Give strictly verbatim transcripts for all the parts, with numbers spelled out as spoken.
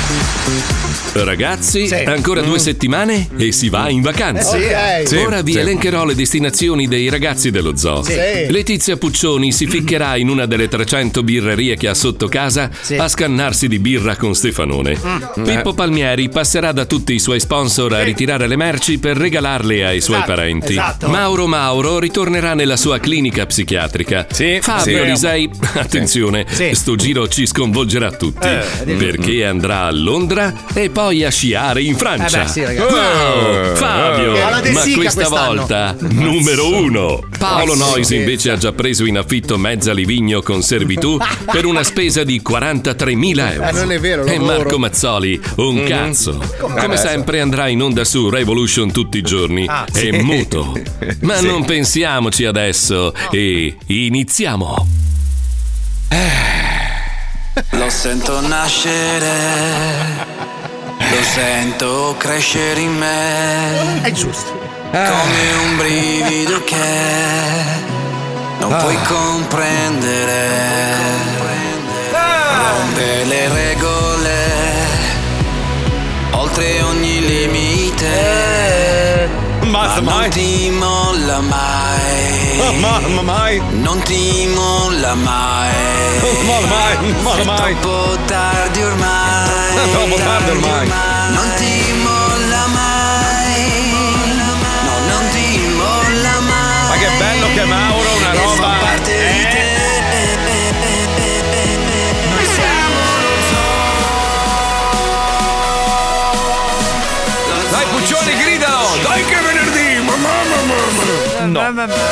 Ragazzi, sì. ancora due settimane e si va in vacanza. Eh, sì. Ora vi sì. elencherò le destinazioni dei ragazzi dello zoo. Sì. Letizia Puccioni si ficcherà in una delle trecento birrerie che ha sotto casa sì. a scannarsi di birra con Stefanone. Mm. Pippo Palmieri passerà da tutti i suoi sponsor a ritirare le merci per regalarle ai suoi esatto, parenti. Esatto. Mauro Mauro ritornerà nella sua clinica psichiatrica. Sì. Fabio Sì. Lisei, attenzione, Sì. sto giro ci sconvolgerà tutti. Eh, perché andrà a Londra e poi a sciare in Francia. Eh beh, sì, ragazzi. Wow, Fabio, Eh, alla De ma Sica questa quest'anno. volta numero uno. Paolo Sì, Nois sì. invece ha già preso in affitto mezza Livigno con servitù per una spesa di quarantatremila euro. Eh, non è vero, E lavoro. Marco Mazzoli, un cazzo. Come sempre andrà in onda su Revolution tutti i giorni. Ah, È sì. muto. Ma Sì. non pensiamoci adesso e iniziamo. Lo sento nascere, lo sento crescere in me, È giusto. come un brivido che non puoi comprendere. Rompe le regole, oltre ogni limite, Ma ma mai. non ti molla mai. Ma, ma mai. Non ti molla mai. Ma mai. Ma È mai. troppo tardi ormai. È troppo tardi ormai. Non ti molla mai. No, non ti molla mai. Ma che bello che Mauro, una E roba. fa parte di te. Noi siamo lo zoo. Dai Puccioni, gridalo. Dai che è venerdì. Ma, ma, ma, ma, ma. No.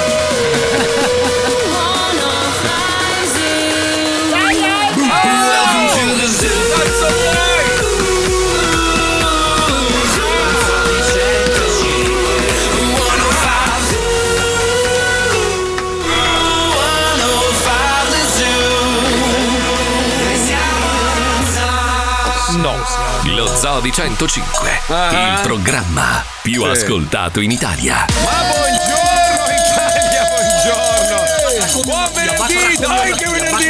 Lo Zoo di centocinque, Ah. il programma più Sì. ascoltato in Italia. Ma buongiorno Italia, buongiorno. Buon venerdì, dai che venerdì.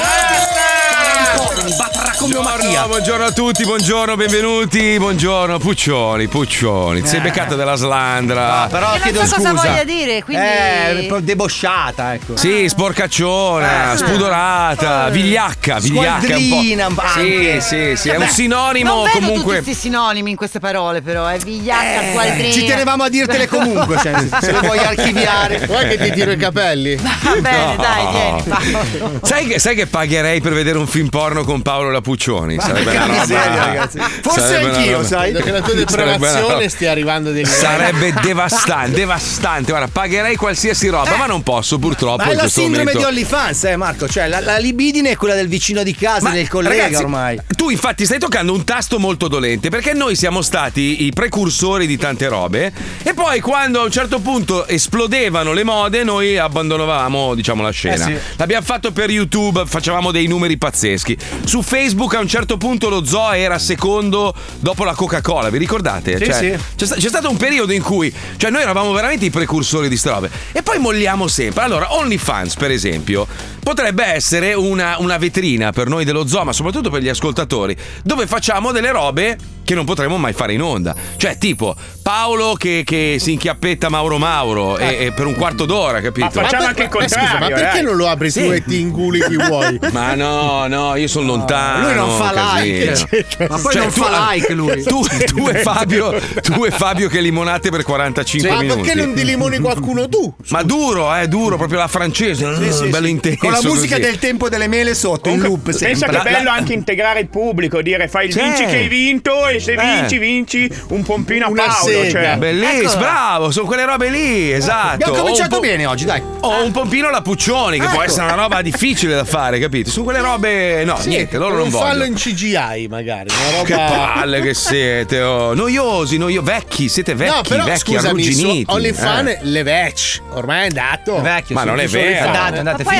Buongiorno, buongiorno a tutti, buongiorno, benvenuti, buongiorno Puccioni, Puccioni, ti sei beccata della Slandra. No, però Io chiedo non so scusa. cosa voglia dire, quindi. Eh, un po' debosciata, ecco. Sì, sporcacciona, Eh, sì. spudorata, vigliacca, vigliacca è un Squadrina, po'. Sì, anche. sì, sì, è un Vabbè, sinonimo non vedo comunque. tutti questi sinonimi in queste parole, però è vigliacca, squadrina. Ci tenevamo a dirtele comunque, cioè, se le vuoi archiviare. Vuoi che ti tiro i capelli? Va bene, dai, vieni, Paolo. Sai che, sai che pagherei per vedere un film porno con Paolo La Puccioni? Sarebbe una roba. miseria, ragazzi. Forse Sarebbe una anch'io, roba. sai. Vedo che la tua Sarebbe una depravazione roba. stia arrivando dei livelli. Sarebbe devastante, devastante. Guarda, pagherei qualsiasi roba, ma non posso purtroppo. Ma è in la questo sindrome momento. di OnlyFans, eh, Marco. Cioè, la, la libidine è quella del vicino di casa, del collega ragazzi, ormai. Tu infatti stai toccando un tasto molto dolente, perché noi siamo stati i precursori di tante robe e poi quando a un certo punto esplodevano le mode noi abbandonavamo, diciamo, la scena. Eh sì. L'abbiamo fatto per YouTube, facevamo dei numeri pazzeschi. Su Facebook a un certo punto lo zoo era secondo dopo la Coca-Cola, vi ricordate? Sì, Cioè, sì. C'è, sta- c'è stato un periodo in cui cioè noi eravamo veramente i precursori di ste robe e poi molliamo sempre. Allora OnlyFans per esempio potrebbe essere una, una vetrina per noi dello zoo, ma soprattutto per gli ascoltatori, dove facciamo delle robe che non potremo mai fare in onda. Cioè tipo Paolo che, che si inchiappetta Mauro Mauro e, e per un quarto d'ora, capito? Ma facciamo Ma anche il per- eh, scusa, contrario. ma perché dai. non lo apri Sì. tu e ti inguli chi vuoi? Ma no, no, io sono lontano. Lui non fa like. casino. Ma poi Cioè, non tu- fa like lui. Tu, tu e Fabio, tu e Fabio che limonate per quarantacinque Ma minuti. perché non ti limoni qualcuno tu? Ma duro, eh, duro, proprio la francese, sì, bello sì. intenso. Con la musica così. del tempo delle mele sotto, in loop Pensa sempre. che è La- bello la- anche integrare il pubblico, dire fai il Sì. vinci che hai vinto e se Eh. vinci vinci un pompino a Una Paolo. sega. Cioè. Bellissimo, Eccolo. bravo, sono quelle robe lì, esatto. Abbiamo O un cominciato po- bene oggi, dai. O un pompino alla Puccioni, che può Ecco. essere una roba difficile da fare, capito? Su quelle robe, no, niente, loro non un fallo vogliono. in C G I magari, una roba. Che palle che siete, oh. Noiosi, noiosi, vecchi, siete vecchi, No, però vecchi, scusami, su arrugginiti. OnlyFans Eh. le vec, ormai è andato. È vecchio, Ma sì, non è chiuso le vero. fan. Ma Andate, andate, poi a me finite. Ah, non non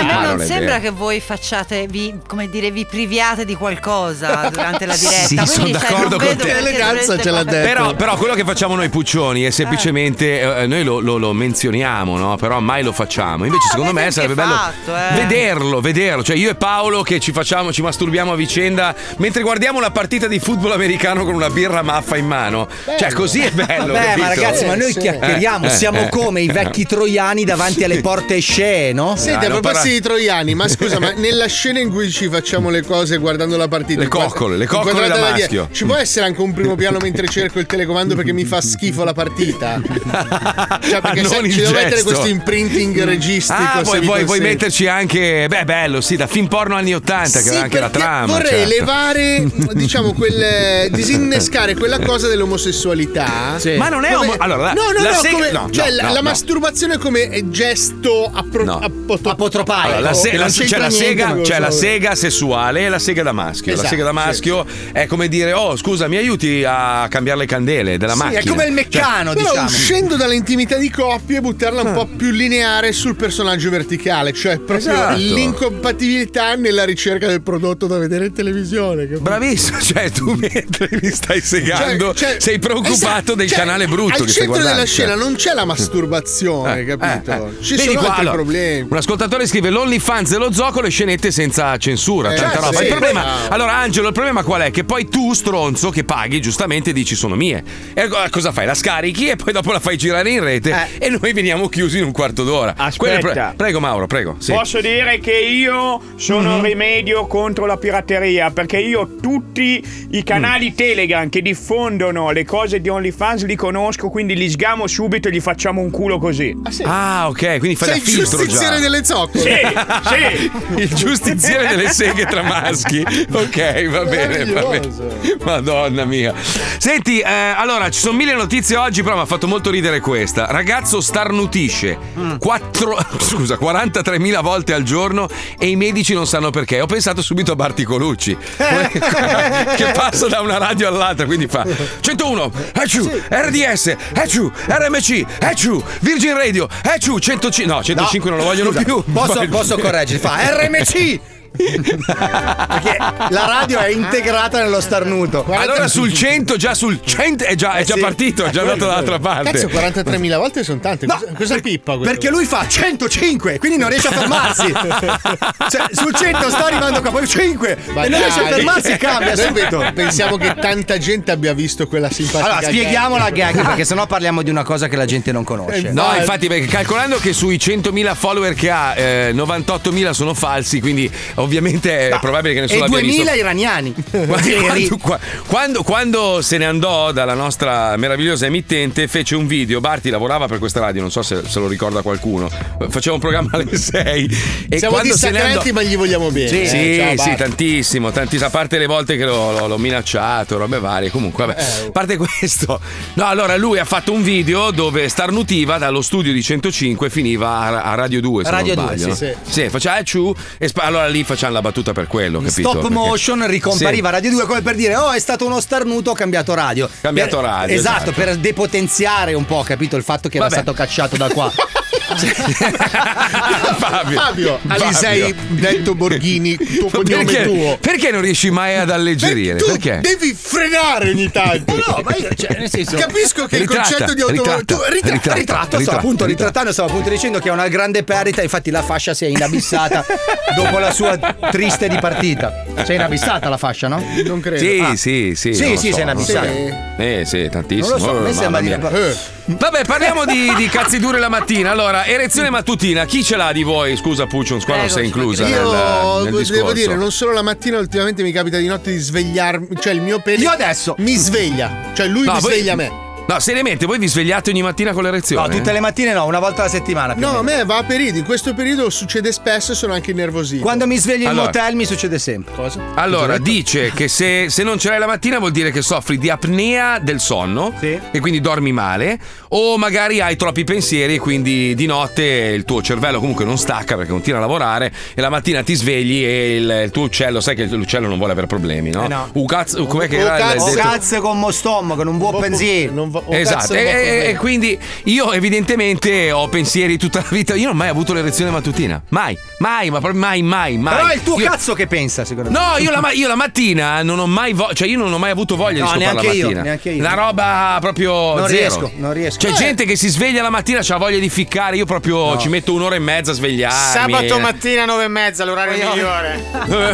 è Sembra vero. che voi facciate, vi, come dire, vi priviate di qualcosa durante la diretta. Sì, Quindi, sono cioè, d'accordo non con vedo te. perché L'eleganza dovreste ce l'ha fare- detto. Però, però quello che facciamo noi puccioni è semplicemente eh, noi lo, lo- lo menzioniamo, no? Però mai lo facciamo. Invece, secondo me avete sarebbe anche bello fatto, eh. vederlo, vederlo. Cioè, io e Paolo che ci facciamo, ci masturbiamo a vicenda mentre guardiamo una partita di football americano con una birra maffa in mano. Cioè, così è bello. Beh, ma capito? ragazzi, ma noi Sì. chiacchieriamo, Eh, eh, siamo eh. come i vecchi troiani davanti alle porte scee, no? Senti, a non proposito parla- di troiani, ma scusa, ma nella scena in cui ci facciamo le cose guardando la partita, Le coccole, le coccole inquadrata da da dietro, maschio. ci può essere anche un primo piano mentre cerco il telecomando perché mi fa schifo la partita? Cioè, perché Ah, se, non il ci devo mettere gesto. questo imprinting registico. Ah, se poi mi vuoi, vuoi consenti. metterci anche. Beh, bello, sì, da film porno anni ottanta, che Sì, aveva anche la perché trama. vorrei certo. levare, diciamo, quel disinnescare quella cosa dell'omosessualità. Sì. Ma non è Come- omo- allora, la- no, no, la no, sega- come- no, cioè no, la, no, la no. masturbazione come gesto appro- No. appoto- Apotropaico. Allora, la se- che la- non c'è c'entra la niente, sega, non lo c'è so. la sega sessuale e la sega da maschio. la Esatto, sega da sì, maschio è come dire: oh, scusa, mi aiuti a cambiare le candele della Sì, macchina. è come il meccano, Però diciamo. uscendo dall'intimità di coppie, buttarla un po' più lineare sul personaggio verticale, cioè proprio Esatto. l'incompatibilità nella ricerca del prodotto da vedere in televisione. capito? Bravissimo, cioè tu mentre mi stai segando Cioè- cioè- sei preoccupato esatto, del cioè, canale brutto al che stai centro guardando. della scena cioè. non c'è la masturbazione, Eh, capito? eh, eh. Ci Vedi sono qua, altri allora, problemi. un ascoltatore scrive l'OnlyFans dello zoo con le scenette senza censura, Eh, tanta sì, roba. sì, il problema, bravo. allora Angelo, il problema qual è? Che poi tu, stronzo, che paghi, giustamente dici sono mie. E co- cosa fai? La scarichi e poi dopo la fai girare in rete e noi veniamo chiusi in un quarto d'ora. Quello è il Aspetta. pre- prego Mauro, prego. Sì. Posso dire che io sono un rimedio contro la pirateria, perché io tutti i canali Telegram che diffondono le cose di OnlyFans li conosco, quindi li sgamo subito e gli facciamo un culo così. Ah, ok, quindi fai Sei da il filtro già. giustiziere delle zoccole. Sì, sì. Il giustiziere delle seghe tra maschi. Ok, va bene, va bene. Madonna mia. Senti, eh, allora ci sono mille notizie oggi, però mi ha fatto molto ridere questa. Ragazzo starnutisce quattro, scusa, quarantatremila volte al giorno e i medici non sanno perché. Ho pensato subito a Barti Colucci che passa da una radio all'altra, quindi fa centouno, Eciu, R D S, Eciu, R M C, Eciu, Virgin Radio, Eciu, centocinque, no, centocinque non lo vogliono più. Posso, Poi- posso correggere? Fa R M C! Perché la radio è integrata nello starnuto. Allora sul cento, già sul cento è già, è già sì. partito, è già andato dall'altra parte. Cazzo, quarantatremila volte sono tante. No, cosa, cosa pippa quello? Perché lui fa centocinque, quindi non riesce a fermarsi. Cioè, sul cento sta arrivando qua, poi cinque Ma e non riesce a dai. fermarsi, cambia Noi subito. Pensiamo che tanta gente abbia visto quella simpatica. Allora, spieghiamo la gag, perché sennò parliamo di una cosa che la gente non conosce. No, Ma- infatti, perché calcolando che sui centomila follower che ha, eh, novantottomila sono falsi, quindi ovviamente è probabile che nessuno E l'abbia visto. duemila iraniani. Quando, qua- quando, quando se ne andò dalla nostra meravigliosa emittente, fece un video. Barti lavorava per questa radio, non so se, se lo ricorda qualcuno. Faceva un programma alle sei. E Siamo quando se ne andò. dissacranti, ma gli vogliamo bene. Sì, eh. sì, Ciao, sì, Bart. tantissimo, tantissimo. A parte le volte che l'ho, l'ho- l'ho minacciato, robe varie. Comunque, vabbè. A parte questo, no, allora lui ha fatto un video dove starnutiva dallo studio di centocinque e finiva a, a Radio due. Se Radio non due, sbaglio, sì, no? Sì, faceva eh, ciu, e spa- allora lì facciamo la battuta per quello, In capito? stop Perché- motion ricompariva Sì. Radio due come per dire: oh, è stato uno starnuto, ho cambiato radio. Cambiato Per- radio, Esatto, esatto. per depotenziare un po', capito, il fatto che era Vabbè. stato cacciato da qua. Fabio, Fabio, Alisei, detto Borghini, tuo cognome perché, tuo. perché non riesci mai ad alleggerire? Tu Perché? devi frenare ogni tanto. No, ma io, cioè, nel senso. Capisco che Ritratta, il concetto di automobile. ritratta, Tu ritratta, ritratta. Ritratto, stavo Ritratta, appunto ritratta. ritrattando, stavo appunto dicendo che è una grande perdita, infatti la fascia si è inabissata dopo la sua triste dipartita. Si è inabissata la fascia, no? Non credo. Sì, Ah. sì, sì. Sì, non lo sì, so, si è non lo so. inabissata. Eh, sì, tantissimo. Non lo so, a me Oh, sembra mamma di. mia. Eh. Vabbè, parliamo di, di cazzi duri la mattina. Allora, erezione mattutina, chi ce l'ha di voi? Scusa, Puccions, qua non Prego, sei ci inclusa nel, Io nel discorso. devo dire, non solo la mattina, ultimamente mi capita di notte di svegliarmi. Cioè, il mio pene. Io adesso. Mi sveglia. Cioè, lui No, mi voi- sveglia me. No, seriamente, voi vi svegliate ogni mattina con l'erezione? No, tutte le mattine no, una volta alla settimana. più o No, a meno. me va a periodi. In questo periodo succede spesso e sono anche nervosito. Quando mi sveglio in Allora. motel mi succede sempre. Cosa? Allora, dice che se, se non ce l'hai la mattina vuol dire che soffri di apnea del sonno Sì. e quindi dormi male, o magari hai troppi pensieri e quindi di notte il tuo cervello comunque non stacca perché continua a lavorare e la mattina ti svegli e il, il tuo uccello, sai che l'uccello non vuole avere problemi, no? Eh no. Uh, cazzo, com'è che Oh, era il cazzo. Oh detto? cazzo con mo stomaco, non può pensiero. Non va. o Esatto, cazzo e, non va e- bene. e quindi io evidentemente ho pensieri tutta la vita. Io non ho mai avuto l'erezione mattutina. Mai, mai, ma proprio mai, mai, mai. Però è il tuo Io- cazzo che pensa, secondo me. No, io la, ma- io la mattina non ho mai voglia, cioè io non ho mai avuto voglia No, di scopare la neanche io, mattina. neanche io. Una roba proprio Non zero. riesco, non riesco. C'è Eh. gente che si sveglia la mattina, c'ha voglia di ficcare, io proprio ci metto un'ora e mezza a svegliarmi. Sabato mattina nove e mezza, l'orario migliore.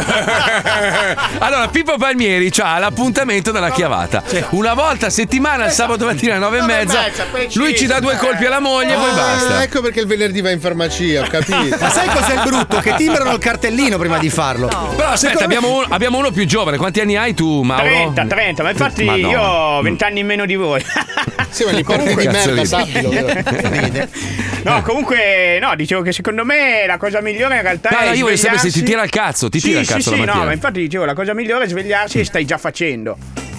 Allora, Pippo Palmieri c'ha l'appuntamento della chiavata. Una volta a settimana, il sabato mattina alle nove e Nove e mezza, mezza, preciso, lui ci dà due colpi alla moglie e poi Ah, basta. ecco perché il venerdì va in farmacia, ho capito. Ma sai cos'è il brutto? Che timbrano il cartellino prima di farlo. Però aspetta, Secondo me- abbiamo, uno, abbiamo uno più giovane. Quanti anni hai tu, Mauro? trenta, trenta, ma infatti Madonna. io ho vent'anni in meno di voi. Sì, ma li porti di Cazzo merda, di- sappilo. vero? No, comunque, no, dicevo che secondo me la cosa migliore in realtà No, è no, io voglio sapere se ti svegliarsi- tira il cazzo, ti sì, tira il sì, cazzo sì, la mattina. no, ma infatti dicevo la cosa migliore è svegliarsi e stai già facendo.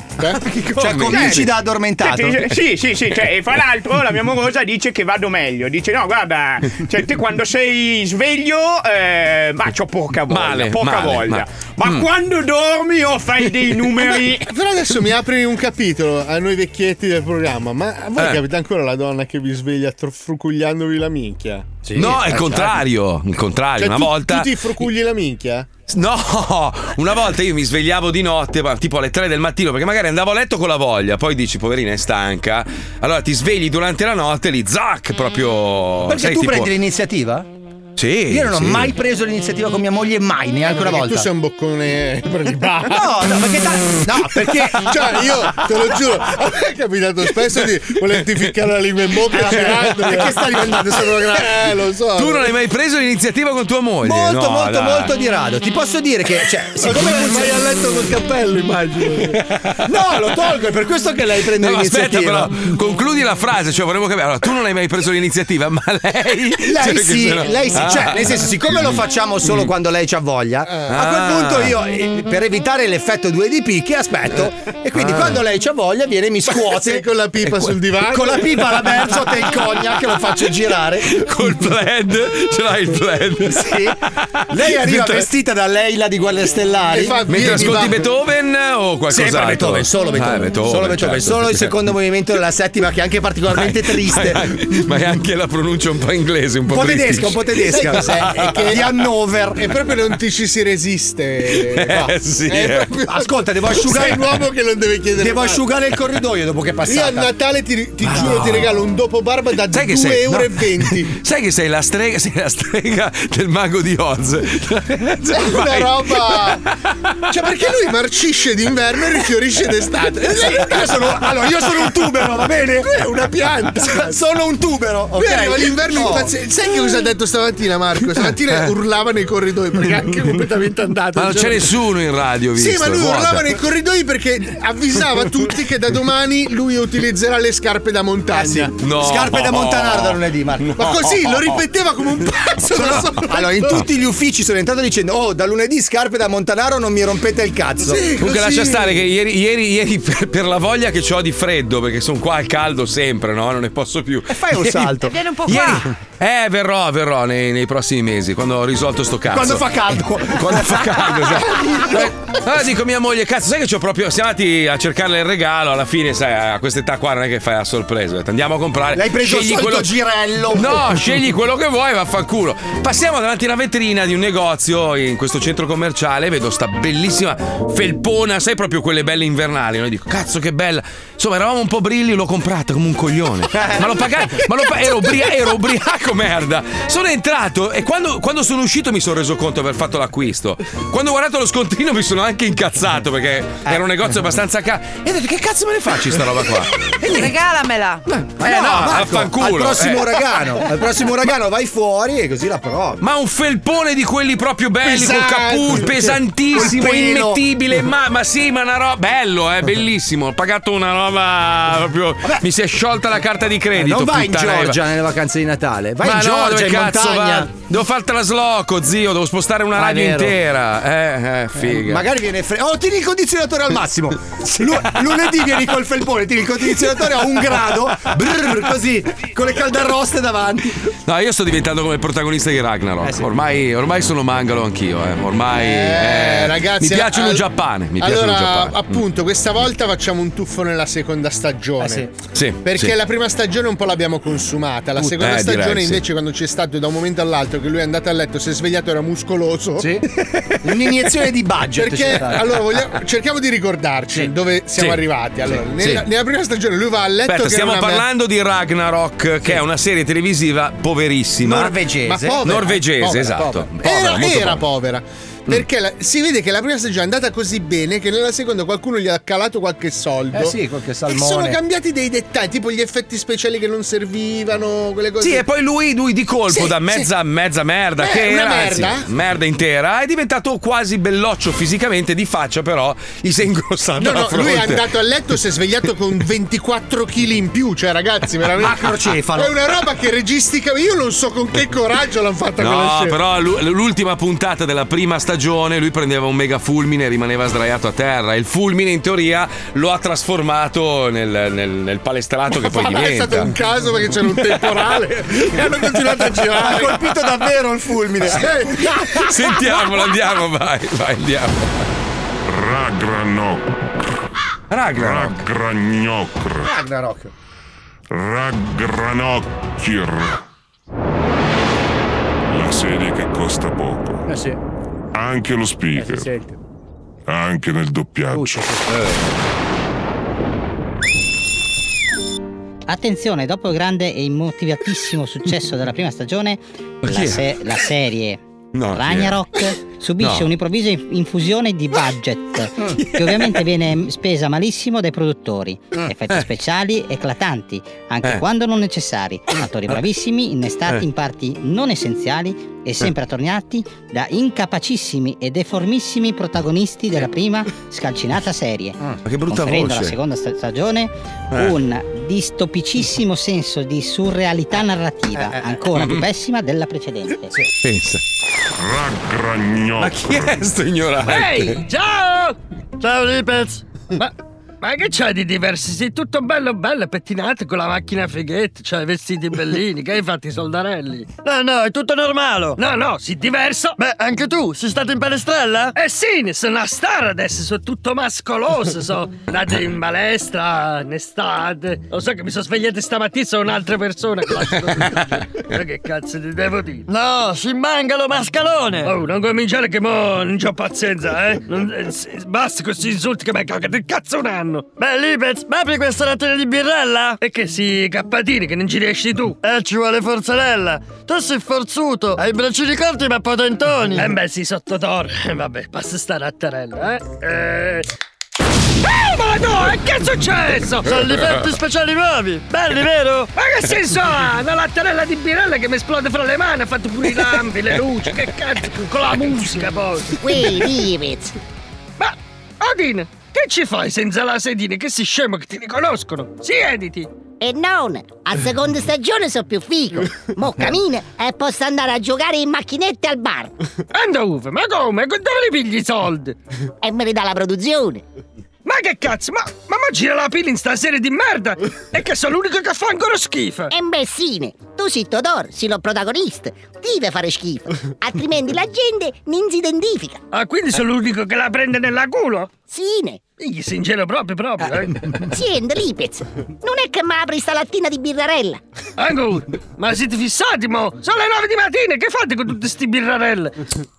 Cioè, cominci da addormentato. Cioè, ti- sì, sì, sì, cioè, e fra l'altro la mia morosa dice che vado meglio. Dice: no, guarda, cioè, te quando sei sveglio, eh, ma c'ho poca voglia, Male, poca male, voglia. ma- Ma Mm. quando dormi o fai dei numeri. Però adesso mi apri un capitolo a noi vecchietti del programma. Ma a voi Eh. capita ancora la donna che vi sveglia tro- frucugliandovi la minchia? No, è il contrario. Il contrario, Cioè, una tu, volta. tu ti frucugli la minchia? No, una volta io mi svegliavo di notte, ma tipo alle tre del mattino, perché magari andavo a letto con la voglia, poi dici, poverina, è stanca. Allora ti svegli durante la notte, lì, zac, proprio. Perché sai, tu tipo- prendi l'iniziativa? Sì. Io non ho sì. mai preso l'iniziativa con mia moglie, mai, neanche una Perché volta. tu sei un boccone prelibato. No, no, perché ta- no, perché Cioè, io te lo giuro, a me è capitato spesso di volerti ficcare la lingua in bocca Eh, girando. perché sta diventando solo grande. Eh, lo so. Tu non hai mai preso l'iniziativa con tua moglie? molto, No, molto, dai. molto di rado. Ti posso dire che, cioè, siccome Come funziona- vai a letto col cappello, immagino. No, lo tolgo, è per questo che lei prende No, ma aspetta, l'iniziativa. però, concludi la frase, cioè volevo capire. Allora, tu non hai mai preso l'iniziativa, ma lei. Lei cioè, perché sì, sennò- lei sì, Ah. cioè, nel senso, siccome lo facciamo solo quando lei c'ha voglia, a quel Ah. punto io, eh, per evitare l'effetto due di picche, aspetto. E quindi quando lei c'ha voglia, viene e mi scuote. Sei con la pipa E- sul divano? Con la pipa, la Berzot e il cognac, lo faccio girare. Col plaid, ce l'hai il plaid. Sì. Lei arriva Mentre- vestita da Leila di Guardie Stellari. E fa- Mentre Vieni, ascolti va. Beethoven o qualcos'altro? Sempre Beethoven, solo Beethoven. Ah, Beethoven, solo, Beethoven, certo. solo il secondo movimento della settima, che è anche particolarmente triste. Ma è, ma è anche la pronuncia un po' inglese, un po', Un po' british. tedesca, un po' tedesca. Sai È che di Hannover. E proprio non ti ci si resiste. va. Eh, sì, È eh. proprio- Ascolta, devo asciugare. Sei l'uomo che non deve chiedere. Devo mai. asciugare il corridoio dopo che è Io a passata. Natale ti, ti giuro ti regalo un dopo barba da Sai che due sei euro e no. venti. Sai che sei la strega, sei la strega del mago di Oz. È una roba. Cioè, perché lui marcisce d'inverno e rifiorisce d'estate. Io sono, allora, io sono un tubero, va bene? È una pianta. Sono un tubero, ok? Lui arriva l'inverno Oh. impazzito. Sai che cosa ha detto stamattina, Marco? Stamattina urlava nei corridoi perché è anche completamente andato. Ma non il c'è giorno. nessuno in radio, visto? Sì, ma lui vuota. urlava nei corridoi perché avvisava tutti che da domani lui utilizzerà le scarpe da montagna. No. Scarpe da Montanaro da lunedì, Marco. Ma così lo ripeteva come un pazzo da solo. Allora, in tutti gli uffici sono entrato dicendo: oh, da lunedì scarpe da Montanaro, non mi rompete il cazzo. Sì, Comunque così. lascia stare che ieri, ieri, ieri per, per la voglia che ho di freddo, perché sono qua al caldo sempre, no? Non ne posso più. E fai un Ieri- salto. Vieni un po' Ieri, qua. eh, verrò, verrò nei, nei prossimi mesi, quando ho risolto sto cazzo. Quando fa caldo. Quando fa caldo, esatto. Allora dico a mia moglie, cazzo, sai che c'ho proprio. Siamo andati a cercarle il regalo. Alla fine, sai, a quest'età qua non è che fai la sorpresa. Ho detto, andiamo a comprare. L'hai preso il solito girello. No, scegli quello che vuoi, vaffanculo. Passiamo davanti a una vetrina di un negozio in questo centro commerciale. Vedo sta bellissima felpona, sai, proprio quelle belle invernali. Noi dico, cazzo, che bella. Insomma, eravamo un po' brilli, l'ho comprata come un coglione. Ma l'ho pagata, ma l'ho pa- ero, ubria- ero ubriaco, merda. Sono entrato e quando, quando sono uscito mi sono reso conto di aver fatto l'acquisto. Quando ho guardato lo scontrino mi sono anche incazzato perché era un negozio abbastanza caro. E ho detto, che cazzo me ne faccio sta roba qua? Regalamela. Eh no, vaffanculo. Al prossimo eh. uragano. Al prossimo uragano vai fuori e così la provi. Ma un felpone di quelli proprio belli, col Pesante. cappuccio, pesantissimo, Col pelo. immettibile. Ma, ma sì, ma una roba. Bello, eh, bellissimo. Ho pagato una roba proprio. Mi si è sciolta la carta di credito. non vai in puttana Georgia nelle vacanze di Natale, vai Ma in no, Georgia, dove in cazzo montagna. Spagna. Devo fare il trasloco, zio, devo spostare una Ah, radio vero. intera. Eh, eh, figa. Magari viene freddo. Oh, tieni il condizionatore al massimo. Lu- lunedì vieni col felpone, tieni il condizionatore a un grado, brrr, così, con le caldarroste davanti. No, io sto diventando come il protagonista di Ragnarok. Eh, sì. Ormai, ormai sono mangalo anch'io, eh. Ormai Eh, eh, ragazzi, mi piace al- lo Giappone. Mi piace allora, lo Giappone. appunto, questa volta facciamo un tuffo nella seconda stagione. Eh, sì. Sì, Perché sì. la prima stagione un po' l'abbiamo consumata. La seconda Eh, stagione, direi, sì. invece, quando c'è stato da un momento all'altro che lui è andato a letto, si è svegliato, era muscoloso. Sì. Un'iniezione di budget. c'è Perché stata. allora vogliamo- cerchiamo di ricordarci Sì. dove siamo Sì. arrivati. Allora, Sì. nella, Sì. nella prima stagione lui va a letto. Aspetta, che stiamo era una parlando di Ragnarok, che è una serie televisiva poverissima. Norvegese. Ma povera, Norvegese, povera, esatto. povera. Povera, era molto era povera. povera. Perché la- si vede che la prima stagione è andata così bene che nella seconda qualcuno gli ha calato qualche soldo. Eh sì, qualche E salmone. sono cambiati dei dettagli, tipo gli effetti speciali che non servivano, quelle cose. Sì, e poi lui, lui di colpo, Sì, da mezza, sì. mezza merda, Eh, che una era anzi, merda? merda intera, è diventato quasi belloccio fisicamente, di faccia però gli si è ingrossato No, la no, fronte. lui è andato a letto, si è svegliato con ventiquattro chili in più. Cioè, ragazzi, veramente. Macrocefalo. È una roba che registica. Io non so con che coraggio l'hanno fatta quella No, scena. però l- l'ultima puntata della prima stagione lui prendeva un mega fulmine e rimaneva sdraiato a terra. Il fulmine in teoria lo ha trasformato nel, nel- nel palestrato che poi Ma è stato diventa. un caso perché c'era un temporale e hanno continuato a Ha girare. colpito davvero il fulmine. Sentiamolo, andiamo, vai, vai, andiamo. Ragnarok. Ragnarok. Ragnarok. Ragnarok. Ragnarokir. La serie che costa poco. Eh sì. Anche lo Eh, si speaker. sente. Anche nel doppiaggio. Attenzione, dopo il grande e immotivatissimo successo della prima stagione, chi la, è? se- la serie No, chi è? Ragnarok subisce No. un'improvvisa inf- infusione di budget che ovviamente viene spesa malissimo dai produttori. Effetti Eh. speciali eclatanti, anche Eh. quando non necessari. Attori bravissimi, innestati Eh. in parti non essenziali e sempre attorniati da incapacissimi e deformissimi protagonisti della prima scalcinata serie. Ma che brutta Conferendo alla voce. seconda sta- stagione Eh. un distopicissimo senso di surrealità narrativa, ancora più pessima della precedente. Pensa. Ragnarok. Ma chi è sto ignorante? Ehi, ciao! Ciao Lipez! Ma, ma che c'hai di diversi? Sei tutto bello bello, pettinato con la macchina fighetti, c'hai i vestiti bellini, che hai fatto i soldarelli? No, no, è tutto normale. No, no, sei diverso. Beh, anche tu, sei stato in palestrella? Eh sì, ne sono una star adesso, sono tutto mascoloso, sono andato in palestra, in estate. Lo so che mi sono svegliato stamattina, sono un'altra persona. Ma che cazzo ti devo dire? No, si mangalo mascalone! Oh, non cominciare che mo non c'ho pazienza, eh? Non, eh, s- basta questi insulti che mi cagate il cazzo un anno! Beh, Lipez, ma apri questa lattina di birrella? E che si cappatini, che non ci riesci tu! Eh, ci vuole forzarella! Tu sei forzuto! Hai i braccini corti ma potentoni! Eh beh, sì, sotto Thor! Vabbè, basta stare a terrella, eh? Eh... Oh, ma no, e che è successo? Sono gli effetti speciali nuovi, belli, vero? Ma che senso ha? Una lattarella di birella che mi esplode fra le mani, ha fatto pure i lampi, le luci, che cazzo, con la musica poi. Uè, Lipez. Ma, Odin, che ci fai senza la sedina? Che sei scemo che ti riconoscono? Siediti! E non, a seconda stagione sono più figo. Mo cammina e posso andare a giocare in macchinette al bar. Anda uve, ma come? Dove li pigli i soldi? E me li dà la produzione. Ma che cazzo, ma, ma mo gira la pila in sta serie di merda? E che sono l'unico che fa ancora schifo? E imbessine, tu sei Todor, sei lo protagonista. Deve fare schifo, altrimenti la gente non si identifica. Ah, quindi sono l'unico che la prende nella culo? Sine. Io si ingelo proprio proprio, eh. Senti, Lipez, non è che mi apri sta lattina di birrarella. Ancora? Ma siete fissati, mo? Sono le nove di mattina, che fate con tutte sti birrarelle?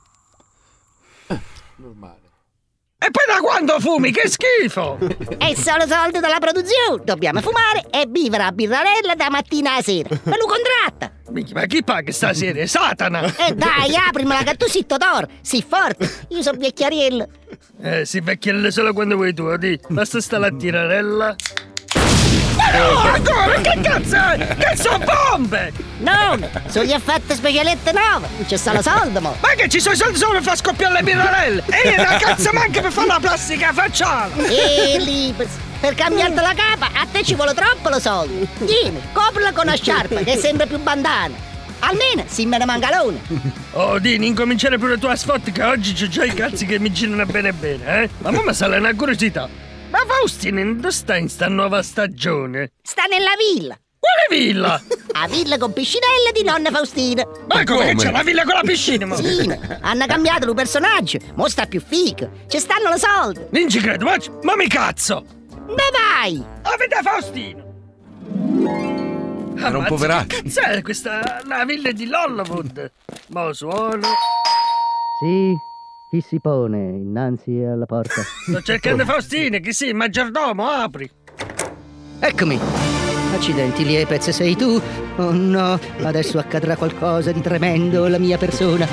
Normale. E poi da quando fumi? Che schifo! È solo soldi dalla produzione. Dobbiamo fumare e vivere a birrarella da mattina a sera. Me lo contratta. Minchia, ma chi paga sta serie? Satana! E dai, aprimela che tu sei Todor, sei forte. Io sono vecchiariello. Eh, si vecchielle solo quando vuoi tu, di. Basta sta la tirarella. Ma no, ancora, che cazzo è? Che sono bombe! Non, sono gli effetti specialette nuove. C'è solo soldi, mo. Ma che ci sono i soldi solo per far scoppiare le birrarelle? E io la cazzo manca per fare la plastica facciale! E Lipez, per cambiarti la capa, a te ci vuole troppo lo soldo. Vieni, coprila con una sciarpa, che sembra più bandana. Almeno si me ne mangalone. Oh, Dini, incominciare pure tu a sfotti che oggi c'ho già i cazzi che mi girano bene bene, eh? Ma mamma sale una curiosità. Ma Faustina, dove sta in sta nuova stagione? Sta nella villa. Quale villa? La villa con piscinella di nonna Faustina. Ma come che c'è la villa con la piscina, mo? Sì, hanno cambiato il personaggio. Mo sta più figo. Ci stanno le soldi. Non ci credo, ma, ma mi cazzo! Ma vai! Avete Faustina! Era un poverato. Che cazzo è questa? La villa di Lollywood? Mo suono. Sì, chi si pone innanzi alla porta? Sto cercando Faustina, che sì, maggiordomo, apri. Eccomi. Accidenti, Liepez, sei tu? Oh no, adesso accadrà qualcosa di tremendo alla mia persona.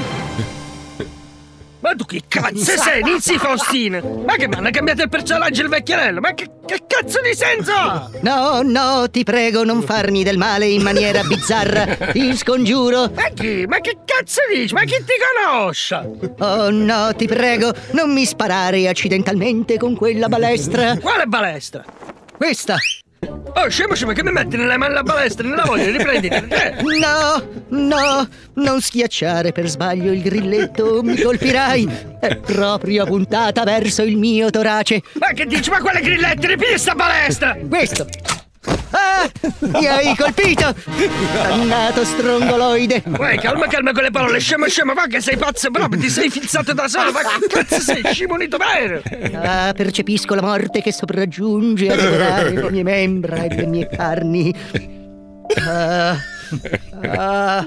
Ma tu che cazzo sei, Nizzi Faustina? Ma che mi hanno cambiato il personaggio il vecchiarello? Ma che, che cazzo di senso ha? No, no, ti prego, non farmi del male in maniera bizzarra. Ti scongiuro. Ma chi? Ma che cazzo dici? Ma chi ti conosce? Oh no, ti prego, non mi sparare accidentalmente con quella balestra. Quale balestra? Questa. Oh, scemo, scemo, che mi metti nelle mani la balestra, non la voglio, riprenditi. Eh. No, no, non schiacciare per sbaglio il grilletto, mi colpirai. È proprio puntata verso il mio torace. Ma che dici? Ma quale grilletto? Ripigli sta balestra! Questo. Ah, mi hai colpito! Dannato strongoloide! Uè, calma, calma con le parole, scemo, scemo, va che sei pazzo proprio, ti sei fissato da solo, ma che cazzo sei, scimonito vero? Ah, percepisco la morte che sopraggiunge a devorare le mie membra e le mie carni. Ah, ah,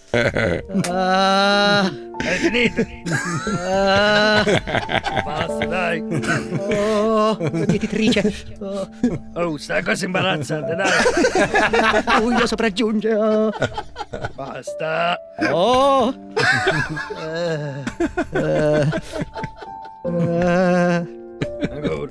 ah, hai finito? ah, Basta, dai. oh, mietitrice. Oh, Oh, sta cosa imbarazzante, dai. buio sopraggiunge. Oh. Basta. Oh. Eh, eh, eh. Ancora.